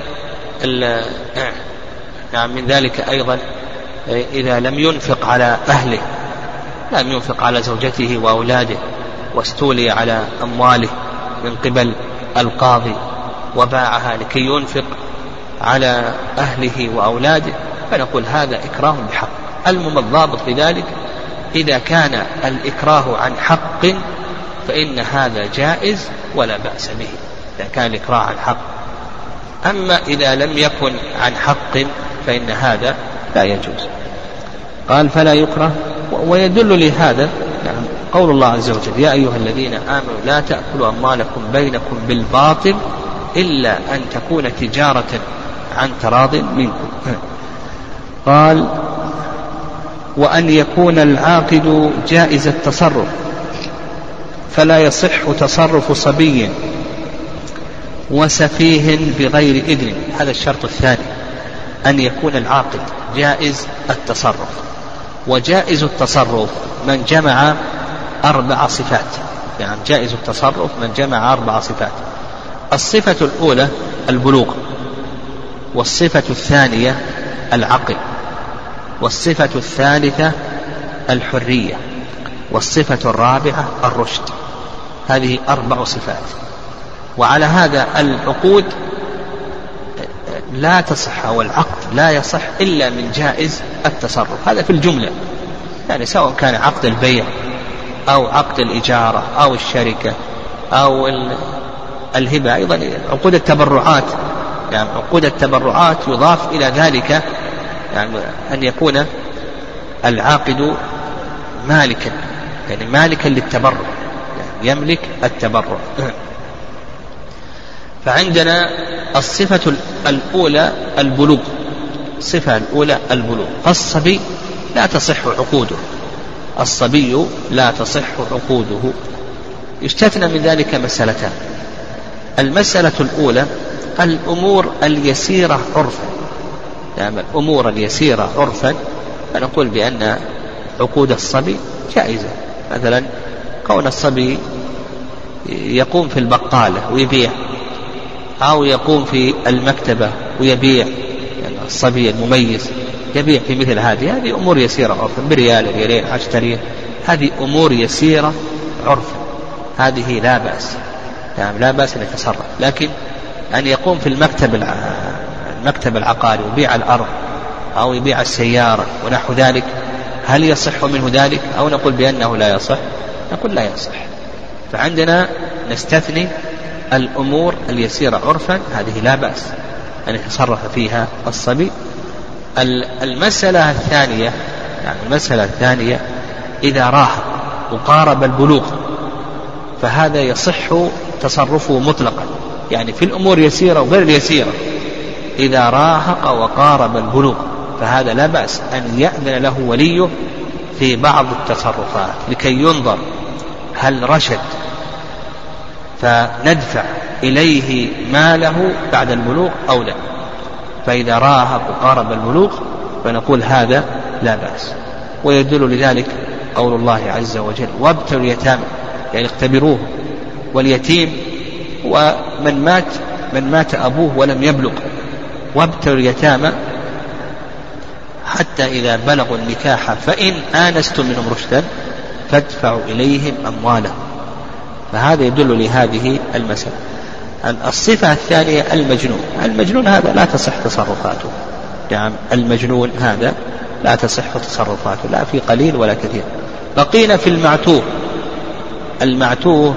[SPEAKER 2] نعم من ذلك أيضا إذا لم ينفق على أهله، لم ينفق على زوجته وأولاده واستولي على أمواله من قبل القاضي وباعها لكي ينفق على أهله وأولاده، فنقول هذا إكراه بحق. المهم الضابط لذلك إذا كان الإكراه عن حق فإن هذا جائز ولا بأس به، إذا كان الإكراه عن حق. أما إذا لم يكن عن حق فإن هذا لا يجوز. قال فلا يكره. ويدل لهذا يعني قول الله عز وجل يا أيها الذين آمنوا لا تأكلوا أموالكم بينكم بالباطل إلا أن تكون تجارة عن تراض منكم. قال وأن يكون العاقد جائز التصرف فلا يصح تصرف صبي وسفيه بغير إذن. هذا الشرط الثاني، أن يكون العاقد جائز التصرف. وجائز التصرف من جمع أربع صفات، يعني جائز التصرف من جمع أربع صفات. الصفة الأولى البلوغ، والصفة الثانية العقل، والصفة الثالثة الحرية، والصفة الرابعة الرشد. هذه أربع صفات. وعلى هذا العقود لا تصح والعقد لا يصح إلا من جائز التصرف. هذا في الجملة، يعني سواء كان عقد البيع أو عقد الإجارة أو الشركة أو الهبة. أيضا عقود التبرعات، يعني عقود التبرعات يضاف إلى ذلك يعني أن يكون العاقد مالكا، يعني مالكا للتبرع، يعني يملك التبرع. فعندنا الصفة الأولى البلوغ، الصفة الأولى البلوغ. الصبي لا تصح عقوده، الصبي لا تصح عقوده. يستثنى من ذلك مسألتان. المسألة الأولى الأمور اليسيرة عرفا، يعني الأمور اليسيرة عرفا فنقول بأن عقود الصبي جائزة. مثلا كون الصبي يقوم في البقالة ويبيع، أو يقوم في المكتبة ويبيع، يعني الصبي المميز يبيع في مثل هذه، هذه أمور يسيرة عرفا بريال ريالين عشرة ريال، هذه أمور يسيرة عرفا، هذه لا بأس، يعني لا بأس أن يتصرف. لكن أن يقوم في المكتب المكتب العقاري ويبيع الأرض أو يبيع السيارة ونحو ذلك، هل يصح منه ذلك أو نقول بأنه لا يصح؟ نقول لا يصح. فعندنا نستثني الأمور اليسيرة عرفا، هذه لا بأس أن يتصرف فيها الصبي. المسألة الثانية يعني المسألة الثانية إذا راهق وقارب البلوغ فهذا يصح تصرفه مطلقا، يعني في الأمور يسيرة وغير اليسيرة. إذا راهق وقارب البلوغ فهذا لا بأس أن يأذن له وليه في بعض التصرفات لكي ينظر هل رشد فندفع إليه ماله بعد البلوغ أو لا. فإذا راهق وقارب البلوغ فنقول هذا لا بأس. ويدل لذلك قول الله عز وجل وابتلوا اليتامى، يعني اختبروه. واليتيم ومن مات من مات أبوه ولم يبلغ. وابتلوا اليتامى حتى إذا بلغوا النكاح فإن آنستم منهم رشدا فادفعوا إليهم أموالهم. فهذا يدل لهذه المسألة. الصفة الثانية المجنون. المجنون هذا لا تصح تصرفاته، يعني المجنون هذا لا تصح تصرفاته لا في قليل ولا كثير. بقينا في المعتوه. المعتوه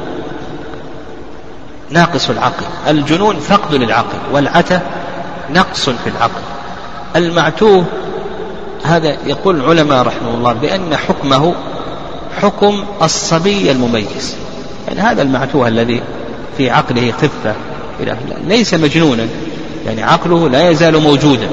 [SPEAKER 2] ناقص العقل، الجنون فقد للعقل، والعته نقص في العقل. المعتوه هذا يقول العلماء رحمه الله بأن حكمه حكم الصبي المميز، يعني هذا المعتوه الذي في عقله خفة ليس مجنونا، يعني عقله لا يزال موجودا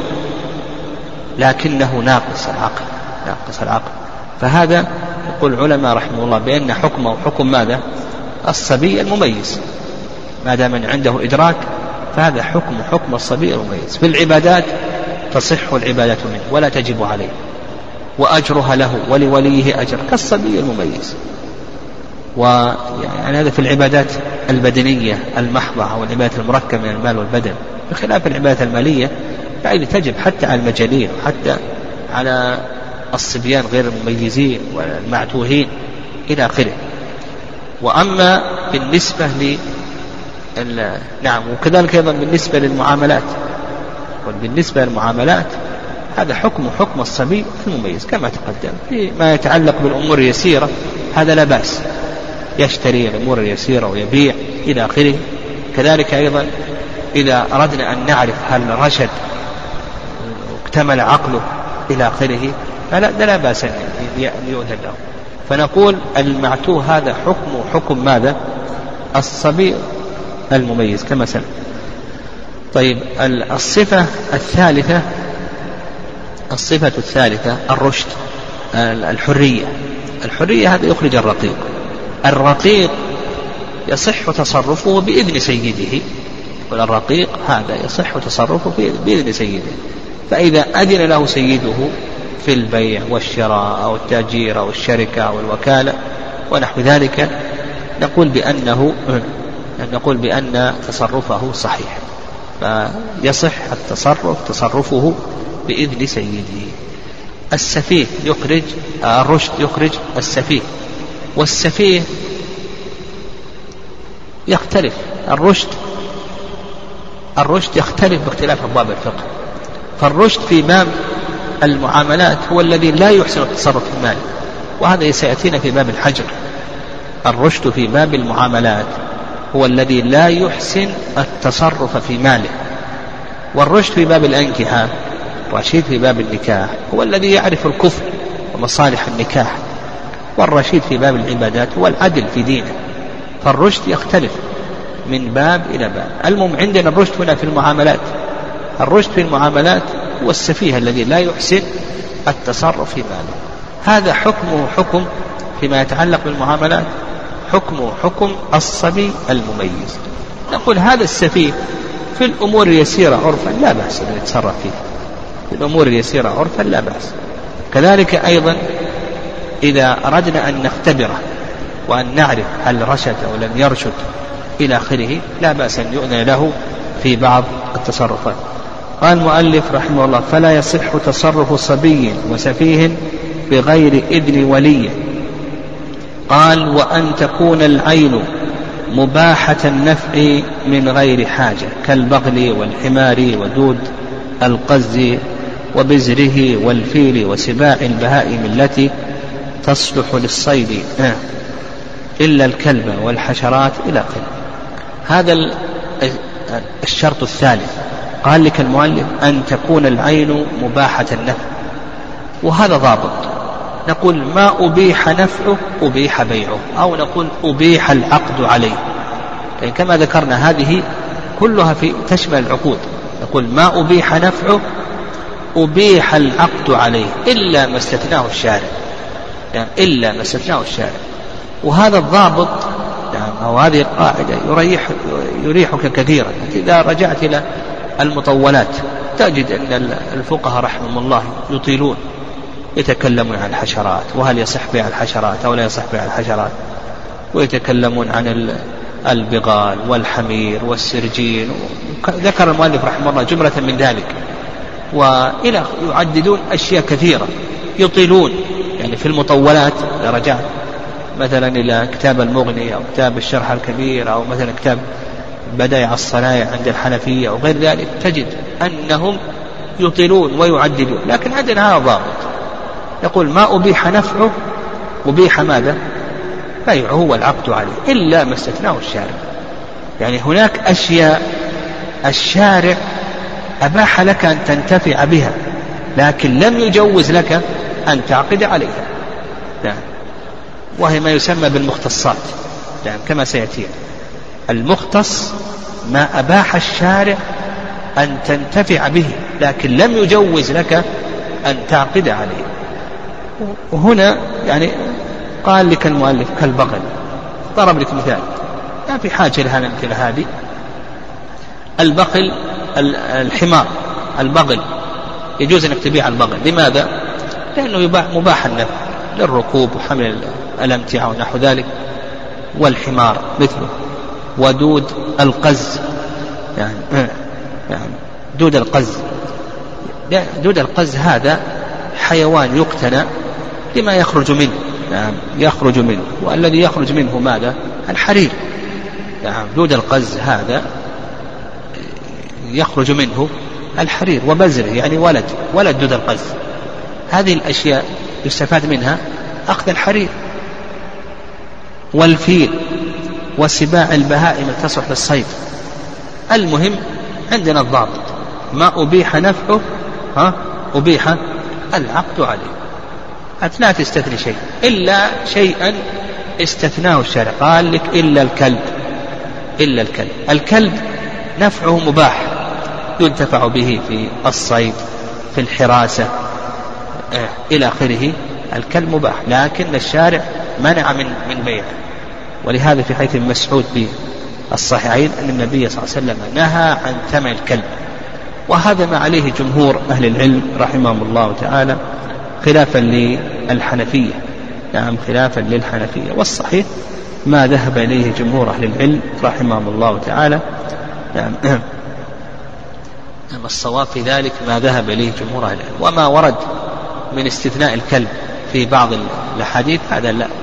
[SPEAKER 2] لكنه ناقص العقل، ناقص العقل. فهذا يقول العلماء رحمه الله بأن حكمه حكم ماذا؟ الصبي المميز، ما دام عنده إدراك فهذا حكم حكم الصبي المميز. في العبادات تصح العبادة منه ولا تجب عليه، وأجرها له ولوليه أجر كالصبي المميز. ويعني هذا في العبادات البدنية المحضة أو العبادات المركبة من المال والبدن، بخلاف العبادات المالية يعني تجب حتى على المجانين وحتى على الصبيان غير المميزين والمعتوهين إلى آخره. وأما بالنسبة ل نعم وكذلك أيضا بالنسبة للمعاملات، وبالنسبة للمعاملات هذا حكم حكم الصبي المميز كما تقدم. فيما يتعلق بالأمور اليسيرة هذا لا بأس، يشتري الأمور اليسيرة ويبيع إلى آخره. كذلك أيضا إذا أردنا أن نعرف هل رشد واكتمل عقله إلى آخره فلا لا بأس أن يؤذن له. فنقول المعتوه هذا حكم حكم ماذا؟ الصبي المميز كما سلم. طيب الصفة الثالثة، الصفة الثالثة الرشد، الحرية. الحرية هذا يخرج الرقيق. الرقيق يصح تصرفه بإذن سيده، والرقيق هذا يصح تصرفه بإذن سيده. فإذا أذن له سيده في البيع والشراء أو التأجير أو الشركة أو الوكالة ونحو ذلك نقول بأنه نقول بأن تصرفه صحيح، فيصح التصرف تصرفه بإذن سيده. السفيه يخرج الرشد، يخرج السفيه، والسفيه يختلف. الرشد الرشد يختلف باختلاف أبواب الفقه. فالرشد في باب المعاملات هو الذي لا يحسن التصرف في المال، وهذا سيأتينا في باب الحجر. الرشد في باب المعاملات هو الذي لا يحسن التصرف في ماله. والرشد في باب الأنكحة، الرشيد في باب النكاح هو الذي يعرف الكفر ومصالح النكاح. والرشيد في باب العبادات هو العدل في دينه. فالرشد يختلف من باب إلى باب. المهم عندنا الرشد هنا في المعاملات. الرشد في المعاملات هو السفيه الذي لا يحسن التصرف في ماله. هذا حكمه حكم فيما يتعلق بالمعاملات حكمه حكم الصبي المميز. نقول هذا السفيه في الأمور اليسيرة عرفا لا بأس أن يتصرف فيه، في الأمور اليسيرة عرفا لا بأس. كذلك أيضا إذا أردنا أن نختبره وأن نعرف هل رشد أو لم يرشد إلى آخره لا بأس أن يؤذن له في بعض التصرفات. قال المؤلف رحمه الله: فلا يصح تصرف صبي وسفيه بغير إذن ولي. قال: وأن تكون العين مباحة النفع من غير حاجة كالبغل والحمار ودود القز وبزره والفيل وسباع البهائم التي تصلح للصيد إلا الكلب والحشرات إلى آخره. هذا الشرط الثالث. قال لك المؤلف أن تكون العين مباحة النفع، وهذا ضابط. نقول ما أبيح نفعه أبيح بيعه، أو نقول أبيح العقد عليه، يعني كما ذكرنا هذه كلها في تشمل العقود. نقول ما أبيح نفعه أبيح العقد عليه إلا ما استثناه الشارع، يعني إلا ما استثناه الشارع. وهذا الضابط يعني أو هذه القاعدة يريح يريحك كثيرا. إذا رجعت إلى المطولات تجد أن الفقهاء رحمهم الله يطيلون، يتكلمون عن الحشرات وهل يصح بيع الحشرات أو لا يصح بيع الحشرات، ويتكلمون عن البغال والحمير والسرجين. ذكر المؤلف رحمه الله جملة من ذلك، وإلى يعددون أشياء كثيرة يطيلون. يعني في المطولات إذا رجعت مثلا إلى كتاب المغني أو كتاب الشرح الكبير أو مثلا كتاب بدائع الصنائع عند الحنفية أو غير ذلك تجد أنهم يطيلون ويعددون. لكن عندنا هذا ضابط، يقول ما أبيح نفعه أبيح ماذا؟ بيعه والعقد عليه إلا ما استثناه الشارع. يعني هناك أشياء الشارع أباح لك أن تنتفع بها لكن لم يجوز لك أن تعقد عليها، نعم، وهي ما يسمى بالمختصات، نعم، كما سيأتي. المختص ما أباح الشارع أن تنتفع به لكن لم يجوز لك أن تعقد عليه. وهنا يعني قال لك المؤلف كالبغل، ضرب لك مثال لا في حاجة لها مثل هذه. البغل الحمار، البغل يجوز أنك تبيع البغل. لماذا؟ لأنه يباح مباح النفع للركوب وحمل الأمتعة ونحو ذلك. والحمار مثله. ودود القز، يعني يعني دود القز، دود القز هذا حيوان يقتنى لما يخرج منه، نعم، يخرج منه، والذي يخرج منه ماذا؟ الحرير، نعم، دود القز هذا يخرج منه الحرير وبزره، يعني ولد ولد دود القز. هذه الأشياء يستفاد منها أخذ الحرير. والفيل وسباع البهائم تصلح للصيد. المهم عندنا الضابط، ما أبيح نفعه ها أبيح العقد عليه. لا تستثني شيء إلا شيئا استثناه الشارع، قال لك إلا الكلب. إلا الكلب، الكلب نفعه مباح ينتفع به في الصيد في الحراسة اه إلى آخره. الكلب مباح لكن الشارع منع من من بيعه. ولهذا في حديث مسعود بالصحيحين أن النبي صلى الله عليه وسلم نهى عن ثمن الكلب، وهذا ما عليه جمهور أهل العلم رحمهم الله تعالى خلافا للحنفية، نعم، خلافا للحنفية. والصحيح ما ذهب إليه جمهور أهل العلم رحمهم الله تعالى، نعم، الصواب في ذلك ما ذهب إليه جمهور أهل العلم. وما ورد من استثناء الكلب في بعض الحديث هذا لا،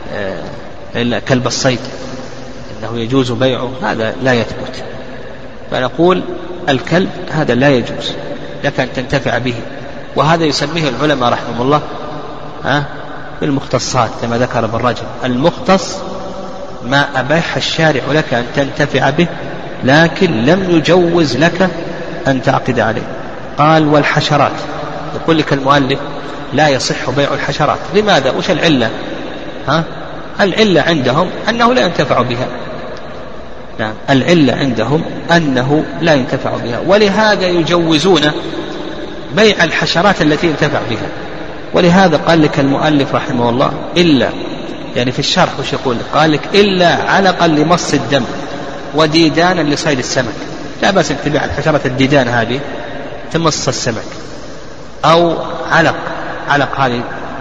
[SPEAKER 2] إلا كلب الصيد أنه يجوز بيعه هذا لا يثبت. فنقول الكلب هذا لا يجوز لك أن تنتفع به، وهذا يسميه العلماء رحمهم الله ها بالمختصات كما ذكر ابن رجب. المختص ما أباح الشارع لك أن تنتفع به لكن لم يجوز لك أن تعقد عليه. قال والحشرات، يقول لك المؤلف لا يصح بيع الحشرات. لماذا؟ وش العلة؟ ها العلة عندهم أنه لا ينتفع بها، نعم، العلة عندهم أنه لا ينتفع بها، ولهذا يجوزون بيع الحشرات التي ينتفع بها. ولهذا قال لك المؤلف رحمه الله إلا، يعني في الشرح وش يقول؟ قال لك إلا علقا لمص الدم وديدانا لصيد السمك. لا بأس أن تبيع الحشرة الديدان هذه تمص السمك، أو علق علق هذه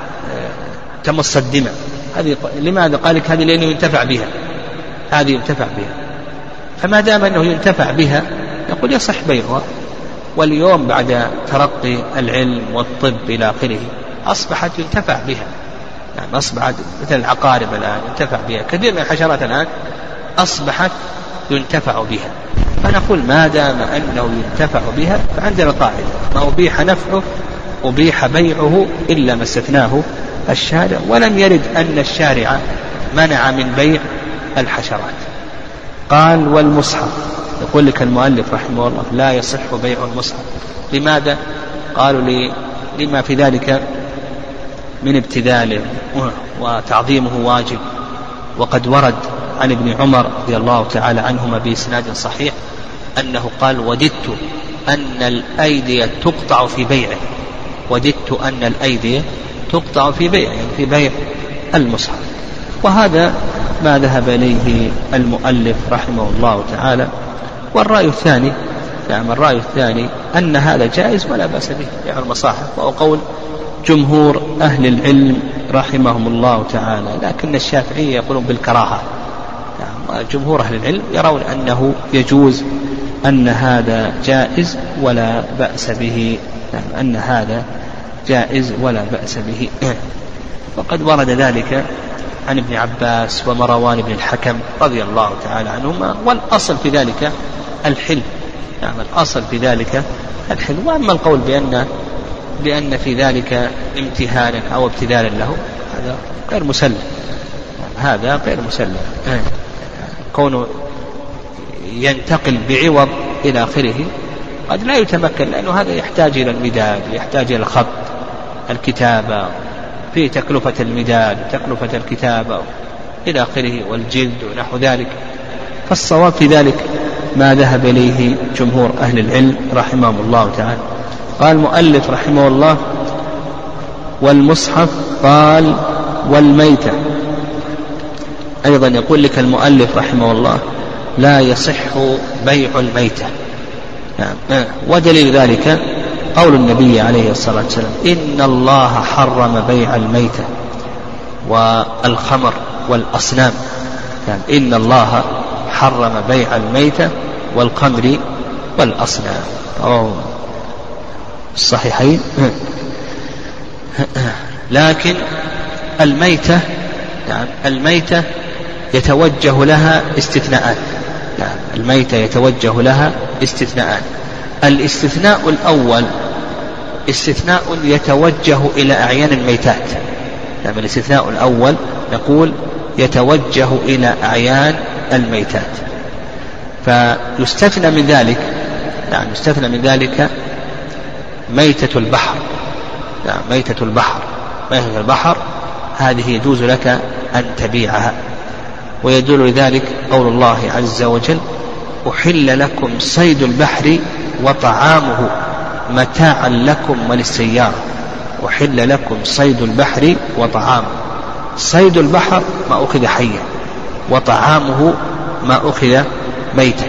[SPEAKER 2] تمص الدماء هذه. لماذا؟ قال لك هذه لأنه ينتفع بها، هذه ينتفع بها. فما دام أنه ينتفع بها نقول يصح بيعها. واليوم بعد ترقي العلم والطب إلى آخره أصبحت ينتفع بها، يعني أصبحت مثل العقارب الآن ينتفع بها، كثير من الحشرات الآن أصبحت ينتفع بها. فنقول ما دام أنه ينتفع بها فعندنا قاعدة، ما أبيح نفعه أبيح بيعه إلا ما استثناه الشارع. ولم يرد أن الشارع منع من بيع الحشرات. قال والمصحف، يقول لك المؤلف رحمه الله لا يصح بيع المصحف. لماذا؟ قالوا لي لما في ذلك من ابتذاله وتعظيمه واجب. وقد ورد عن ابن عمر رضي الله تعالى عنهما بإسناد صحيح أنه قال وددت أن الأيدي تقطع في بيعه، وددت أن الأيدي تقطع في بيعه، يعني في بيع المصحف. وهذا ما ذهب إليه المؤلف رحمه الله تعالى. والرأي الثاني، يعني الرأي الثاني أن هذا جائز ولا بأس به بيع المصاحف، وهو قول جمهور أهل العلم رحمهم الله تعالى. لكن الشافعية يقولون بالكراهة، يعني جمهور أهل العلم يرون أنه يجوز، أن هذا جائز ولا بأس به، يعني أن هذا جائز ولا بأس به. وقد ورد ذلك عن ابن عباس ومروان بن الحكم رضي الله تعالى عنهما. والأصل في ذلك الحل، يعني الأصل في ذلك الحل. وأما القول بأن بأن في ذلك امتهانا أو ابتذالا له هذا غير مسلم، هذا غير مسلم. كونه ينتقل بعوض إلى آخره قد لا يتمكن، لأنه هذا يحتاج إلى المداد، يحتاج إلى الخط، الكتابة، في تكلفة المداد وتكلفة الكتابة إلى آخره، والجلد ونحو ذلك. فالصواب في ذلك ما ذهب إليه جمهور أهل العلم رحمهم الله تعالى. قال المؤلف رحمه الله: والمصحف. قال: والميتة. أيضا يقول لك المؤلف رحمه الله: لا يصح بيع الميتة. يعني ودليل ذلك قول النبي عليه الصلاة والسلام: إن الله حرم بيع الميتة والخمر والأصنام. يعني إن الله حرم بيع الميتة والخمر والأصنام. أوه. الصحيحين. لكن الميتة، يعني الميتة يتوجه لها استثناءات. يعني الميتة يتوجه لها استثناءات. الاستثناء الأول استثناء يتوجه إلى أعيان الميتات. يعني الاستثناء الأول نقول يتوجه إلى أعيان الميتات، فيستثنى من ذلك، يعني يستثنى من ذلك ميتة البحر. يعني ميتة البحر، ميتة البحر هذه يجوز لك أن تبيعها. ويدل لذلك قول الله عز وجل: أحل لكم صيد البحر وطعامه متاعا لكم وللسيارة. أحل لكم صيد البحر وطعامه. صيد البحر ما أخذ حيا، وطعامه ما أخذ ميتا.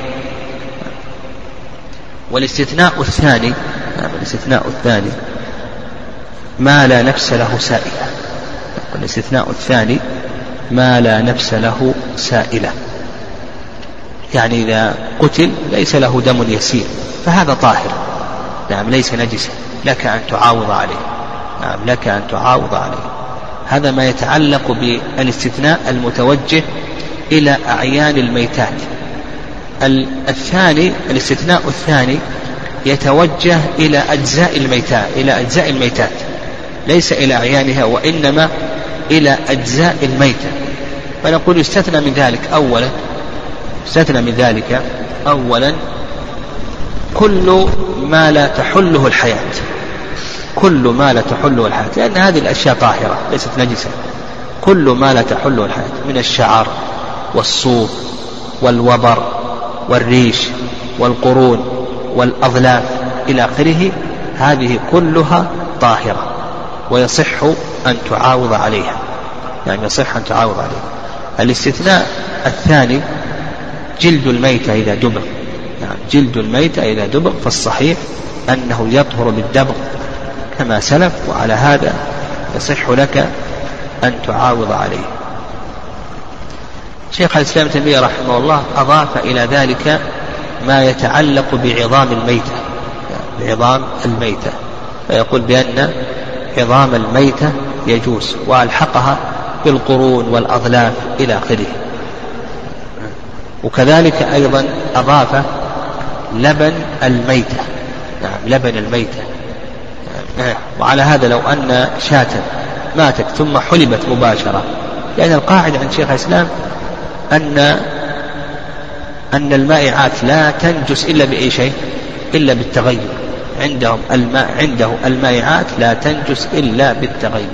[SPEAKER 2] والاستثناء الثاني، الاستثناء الثاني ما لا نفس له سائلة. والاستثناء الثاني ما لا نفس له سائلة، يعني إذا قتل ليس له دم يسير فهذا طاهر، نعم، ليس نجسا، لك أن تعاوض عليه، نعم، لك أن تعاوض عليه. هذا ما يتعلق بالاستثناء المتوجه إلى أعيان الميتات. الثاني، الاستثناء الثاني يتوجه إلى أجزاء الميتات، إلى أجزاء الميتات، ليس إلى أعيانها، وإنما إلى أجزاء الميتة. فنقول يستثنى من ذلك أولا، يستثنى من ذلك أولا كل ما لا تحله الحياة، كل ما لا تحله الحياة، لأن هذه الأشياء طاهرة ليست نجسة. كل ما لا تحله الحياة من الشعر والصوف والوبر والريش والقرون والأظلاف إلى آخره، هذه كلها طاهرة ويصح أن تعاوض عليها، يعني يصح أن تعاوض عليها. الاستثناء الثاني جلد الميتة إذا دبغ، يعني جلد الميتة إذا دبغ فالصحيح أنه يطهر بالدبغ كما سلف، وعلى هذا يصح لك أن تعاوض عليه. شيخ الإسلام ابن تيمية رحمه الله أضاف إلى ذلك ما يتعلق بعظام الميتة، يعني بعظام الميتة، فيقول بأن عظام الميتة يجوز، وألحقها بالقرون والأظلاف إلى آخره. وكذلك أيضا أضاف لبن الميتة، نعم، لبن الميتة. وعلى هذا لو أن شاة ماتت ثم حلبت مباشرة، لأن القاعدة عند شيخ الإسلام أن أن المائعات لا تنجس إلا بأي شيء، إلا بالتغير. عندهم الماء، عنده المائعات لا تنجس إلا بالتغير.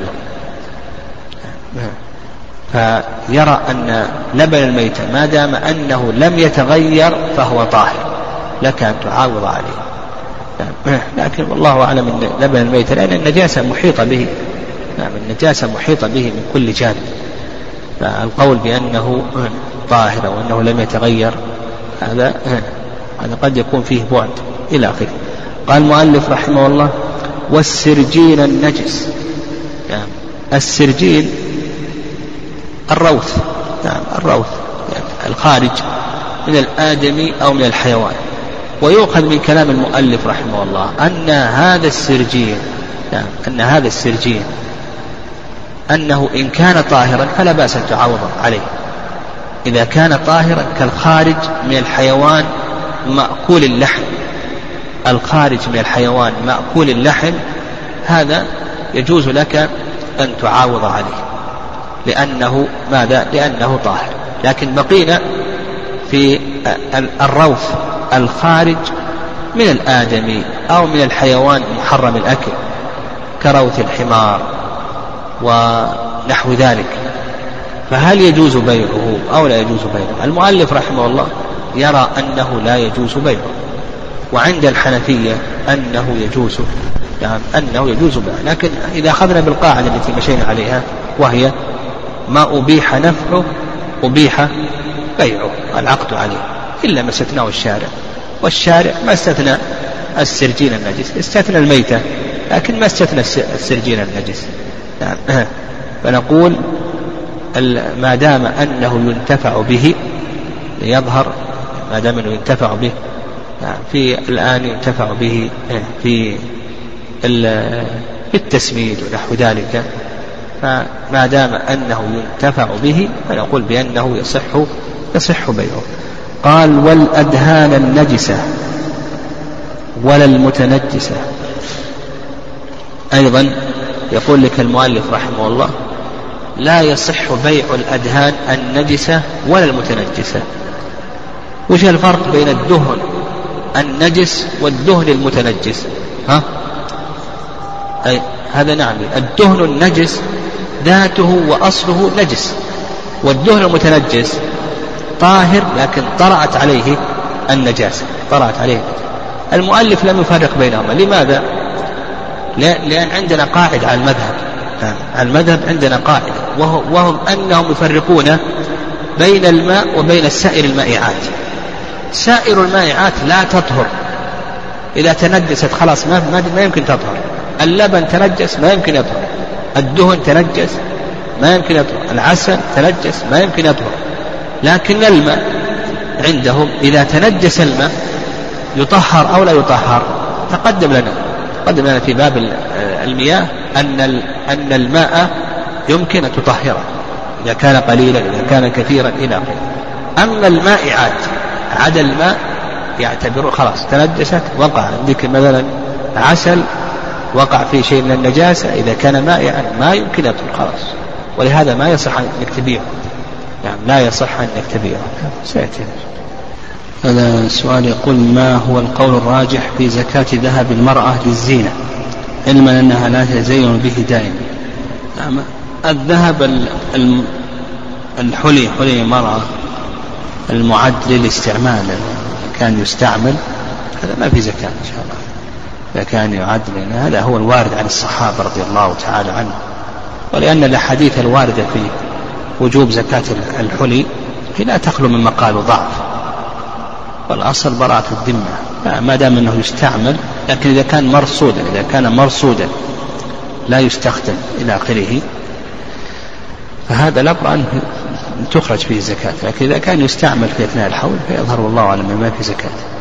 [SPEAKER 2] فيرى أن لبن الميتة ما دام أنه لم يتغير فهو طاهر، لك أن تعاوض عليه. لكن والله أعلم أن لبن الميتة، لأن النجاسة محيطة به، نعم، النجاسة محيطة به من كل جانب، فالقول بأنه طاهر وأنه لم يتغير هذا هذا قد يكون فيه بعد إلى آخره. قال المؤلف رحمه الله: والسرجين النجس. يعني السرجين الروث، يعني الروث، يعني الخارج من الآدمي أو من الحيوان. ويؤخذ من كلام المؤلف رحمه الله أن هذا السرجين، يعني أن هذا السرجين أنه إن كان طاهرا فلا بأس أن تعوض عليه، إذا كان طاهرا كالخارج من الحيوان مأكول اللحم، الخارج من الحيوان مأكول اللحم، هذا يجوز لك أن تعاوض عليه. لأنه ماذا؟ لأنه طاهر. لكن بقينا في الروث الخارج من الآدمي أو من الحيوان محرم الأكل كروث الحمار ونحو ذلك، فهل يجوز بيعه أو لا يجوز بيعه؟ المؤلف رحمه الله يرى أنه لا يجوز بيعه، وعند الحنفية أنه يجوز، يعني أنه يجوز بيعه. لكن إذا أخذنا بالقاعدة التي مشينا عليها وهي ما أبيح نفعه أبيح بيعه، العقد عليه، إلا ما استثناه الشارع، والشارع ما استثنى السرجين النجس، استثنى الميتة لكن ما استثنى السرجين النجس. نعم. فنقول ما دام أنه ينتفع به يظهر، ما دام أنه ينتفع به في الآن ينتفع به في التسميد ونحو ذلك، فما دام أنه ينتفع به فنقول بأنه يصح يصح بيعه. قال والأدهان النجسة ولا المتنجسة. أيضا يقول لك المؤلف رحمه الله لا يصح بيع الأدهان النجسة ولا المتنجسة. وش الفرق بين الدهن النجس والدهن المتنجس؟ ها؟ أي هذا نعم، الدهن النجس ذاته وأصله نجس، والدهن المتنجس طاهر لكن طرأت عليه النجاسة، طرأت عليه. المؤلف لم يفرق بينهما. لماذا؟ لأن عندنا قاعدة على المذهب، على المذهب عندنا قاعدة وهم أنهم يفرقون بين الماء وبين سائر المائعات. سائر المائعات لا تطهر، إذا تنجست خلاص ما ما يمكن تطهر. اللبن تنجس ما يمكن يطهر، الدهن تنجس ما يمكن يطهر، العسل تنجس ما يمكن يطهر. لكن الماء عندهم إذا تنجس الماء يطهر أو لا يطهر. تقدم لنا تقدم لنا في باب المياه أن أن الماء يمكن أن تطهره إذا كان قليلا إذا كان كثيرا إلى آخره. أما المائعات عدا الماء يعتبر خلاص تنجست، وقع عندك مثلا عسل وقع فيه شيء من النجاسة، إذا كان مائعا ما يمكن أن يطهر خلاص، ولهذا ما يصح أنك تبيعه، يعني لا يصح أنك تبيعه. سيأتي.
[SPEAKER 3] هذا السؤال يقول ما هو القول الراجح في زكاة ذهب المرأة للزينة علما أنها لا تزين به دائما؟
[SPEAKER 2] نعم. الذهب الحلي حلي المرأة المعد للاستعمال كان يستعمل هذا ما في زكاة إن شاء الله إذا كان يعد، لأن هذا هو الوارد عن الصحابة رضي الله تعالى عنه، ولأن الأحاديث الواردة في وجوب زكاة الحلي لا تخلو من مقال وضعف، والأصل براءة الذمة ما دام أنه يستعمل. لكن إذا كان مرصودا إذا كان مرصودا لا يستخدم إلى آخره فهذا الأمر أن تخرج فيه زكاة. لكن إذا كان يستعمل في أثناء الحول فيظهر والله أعلم ما في زكاة.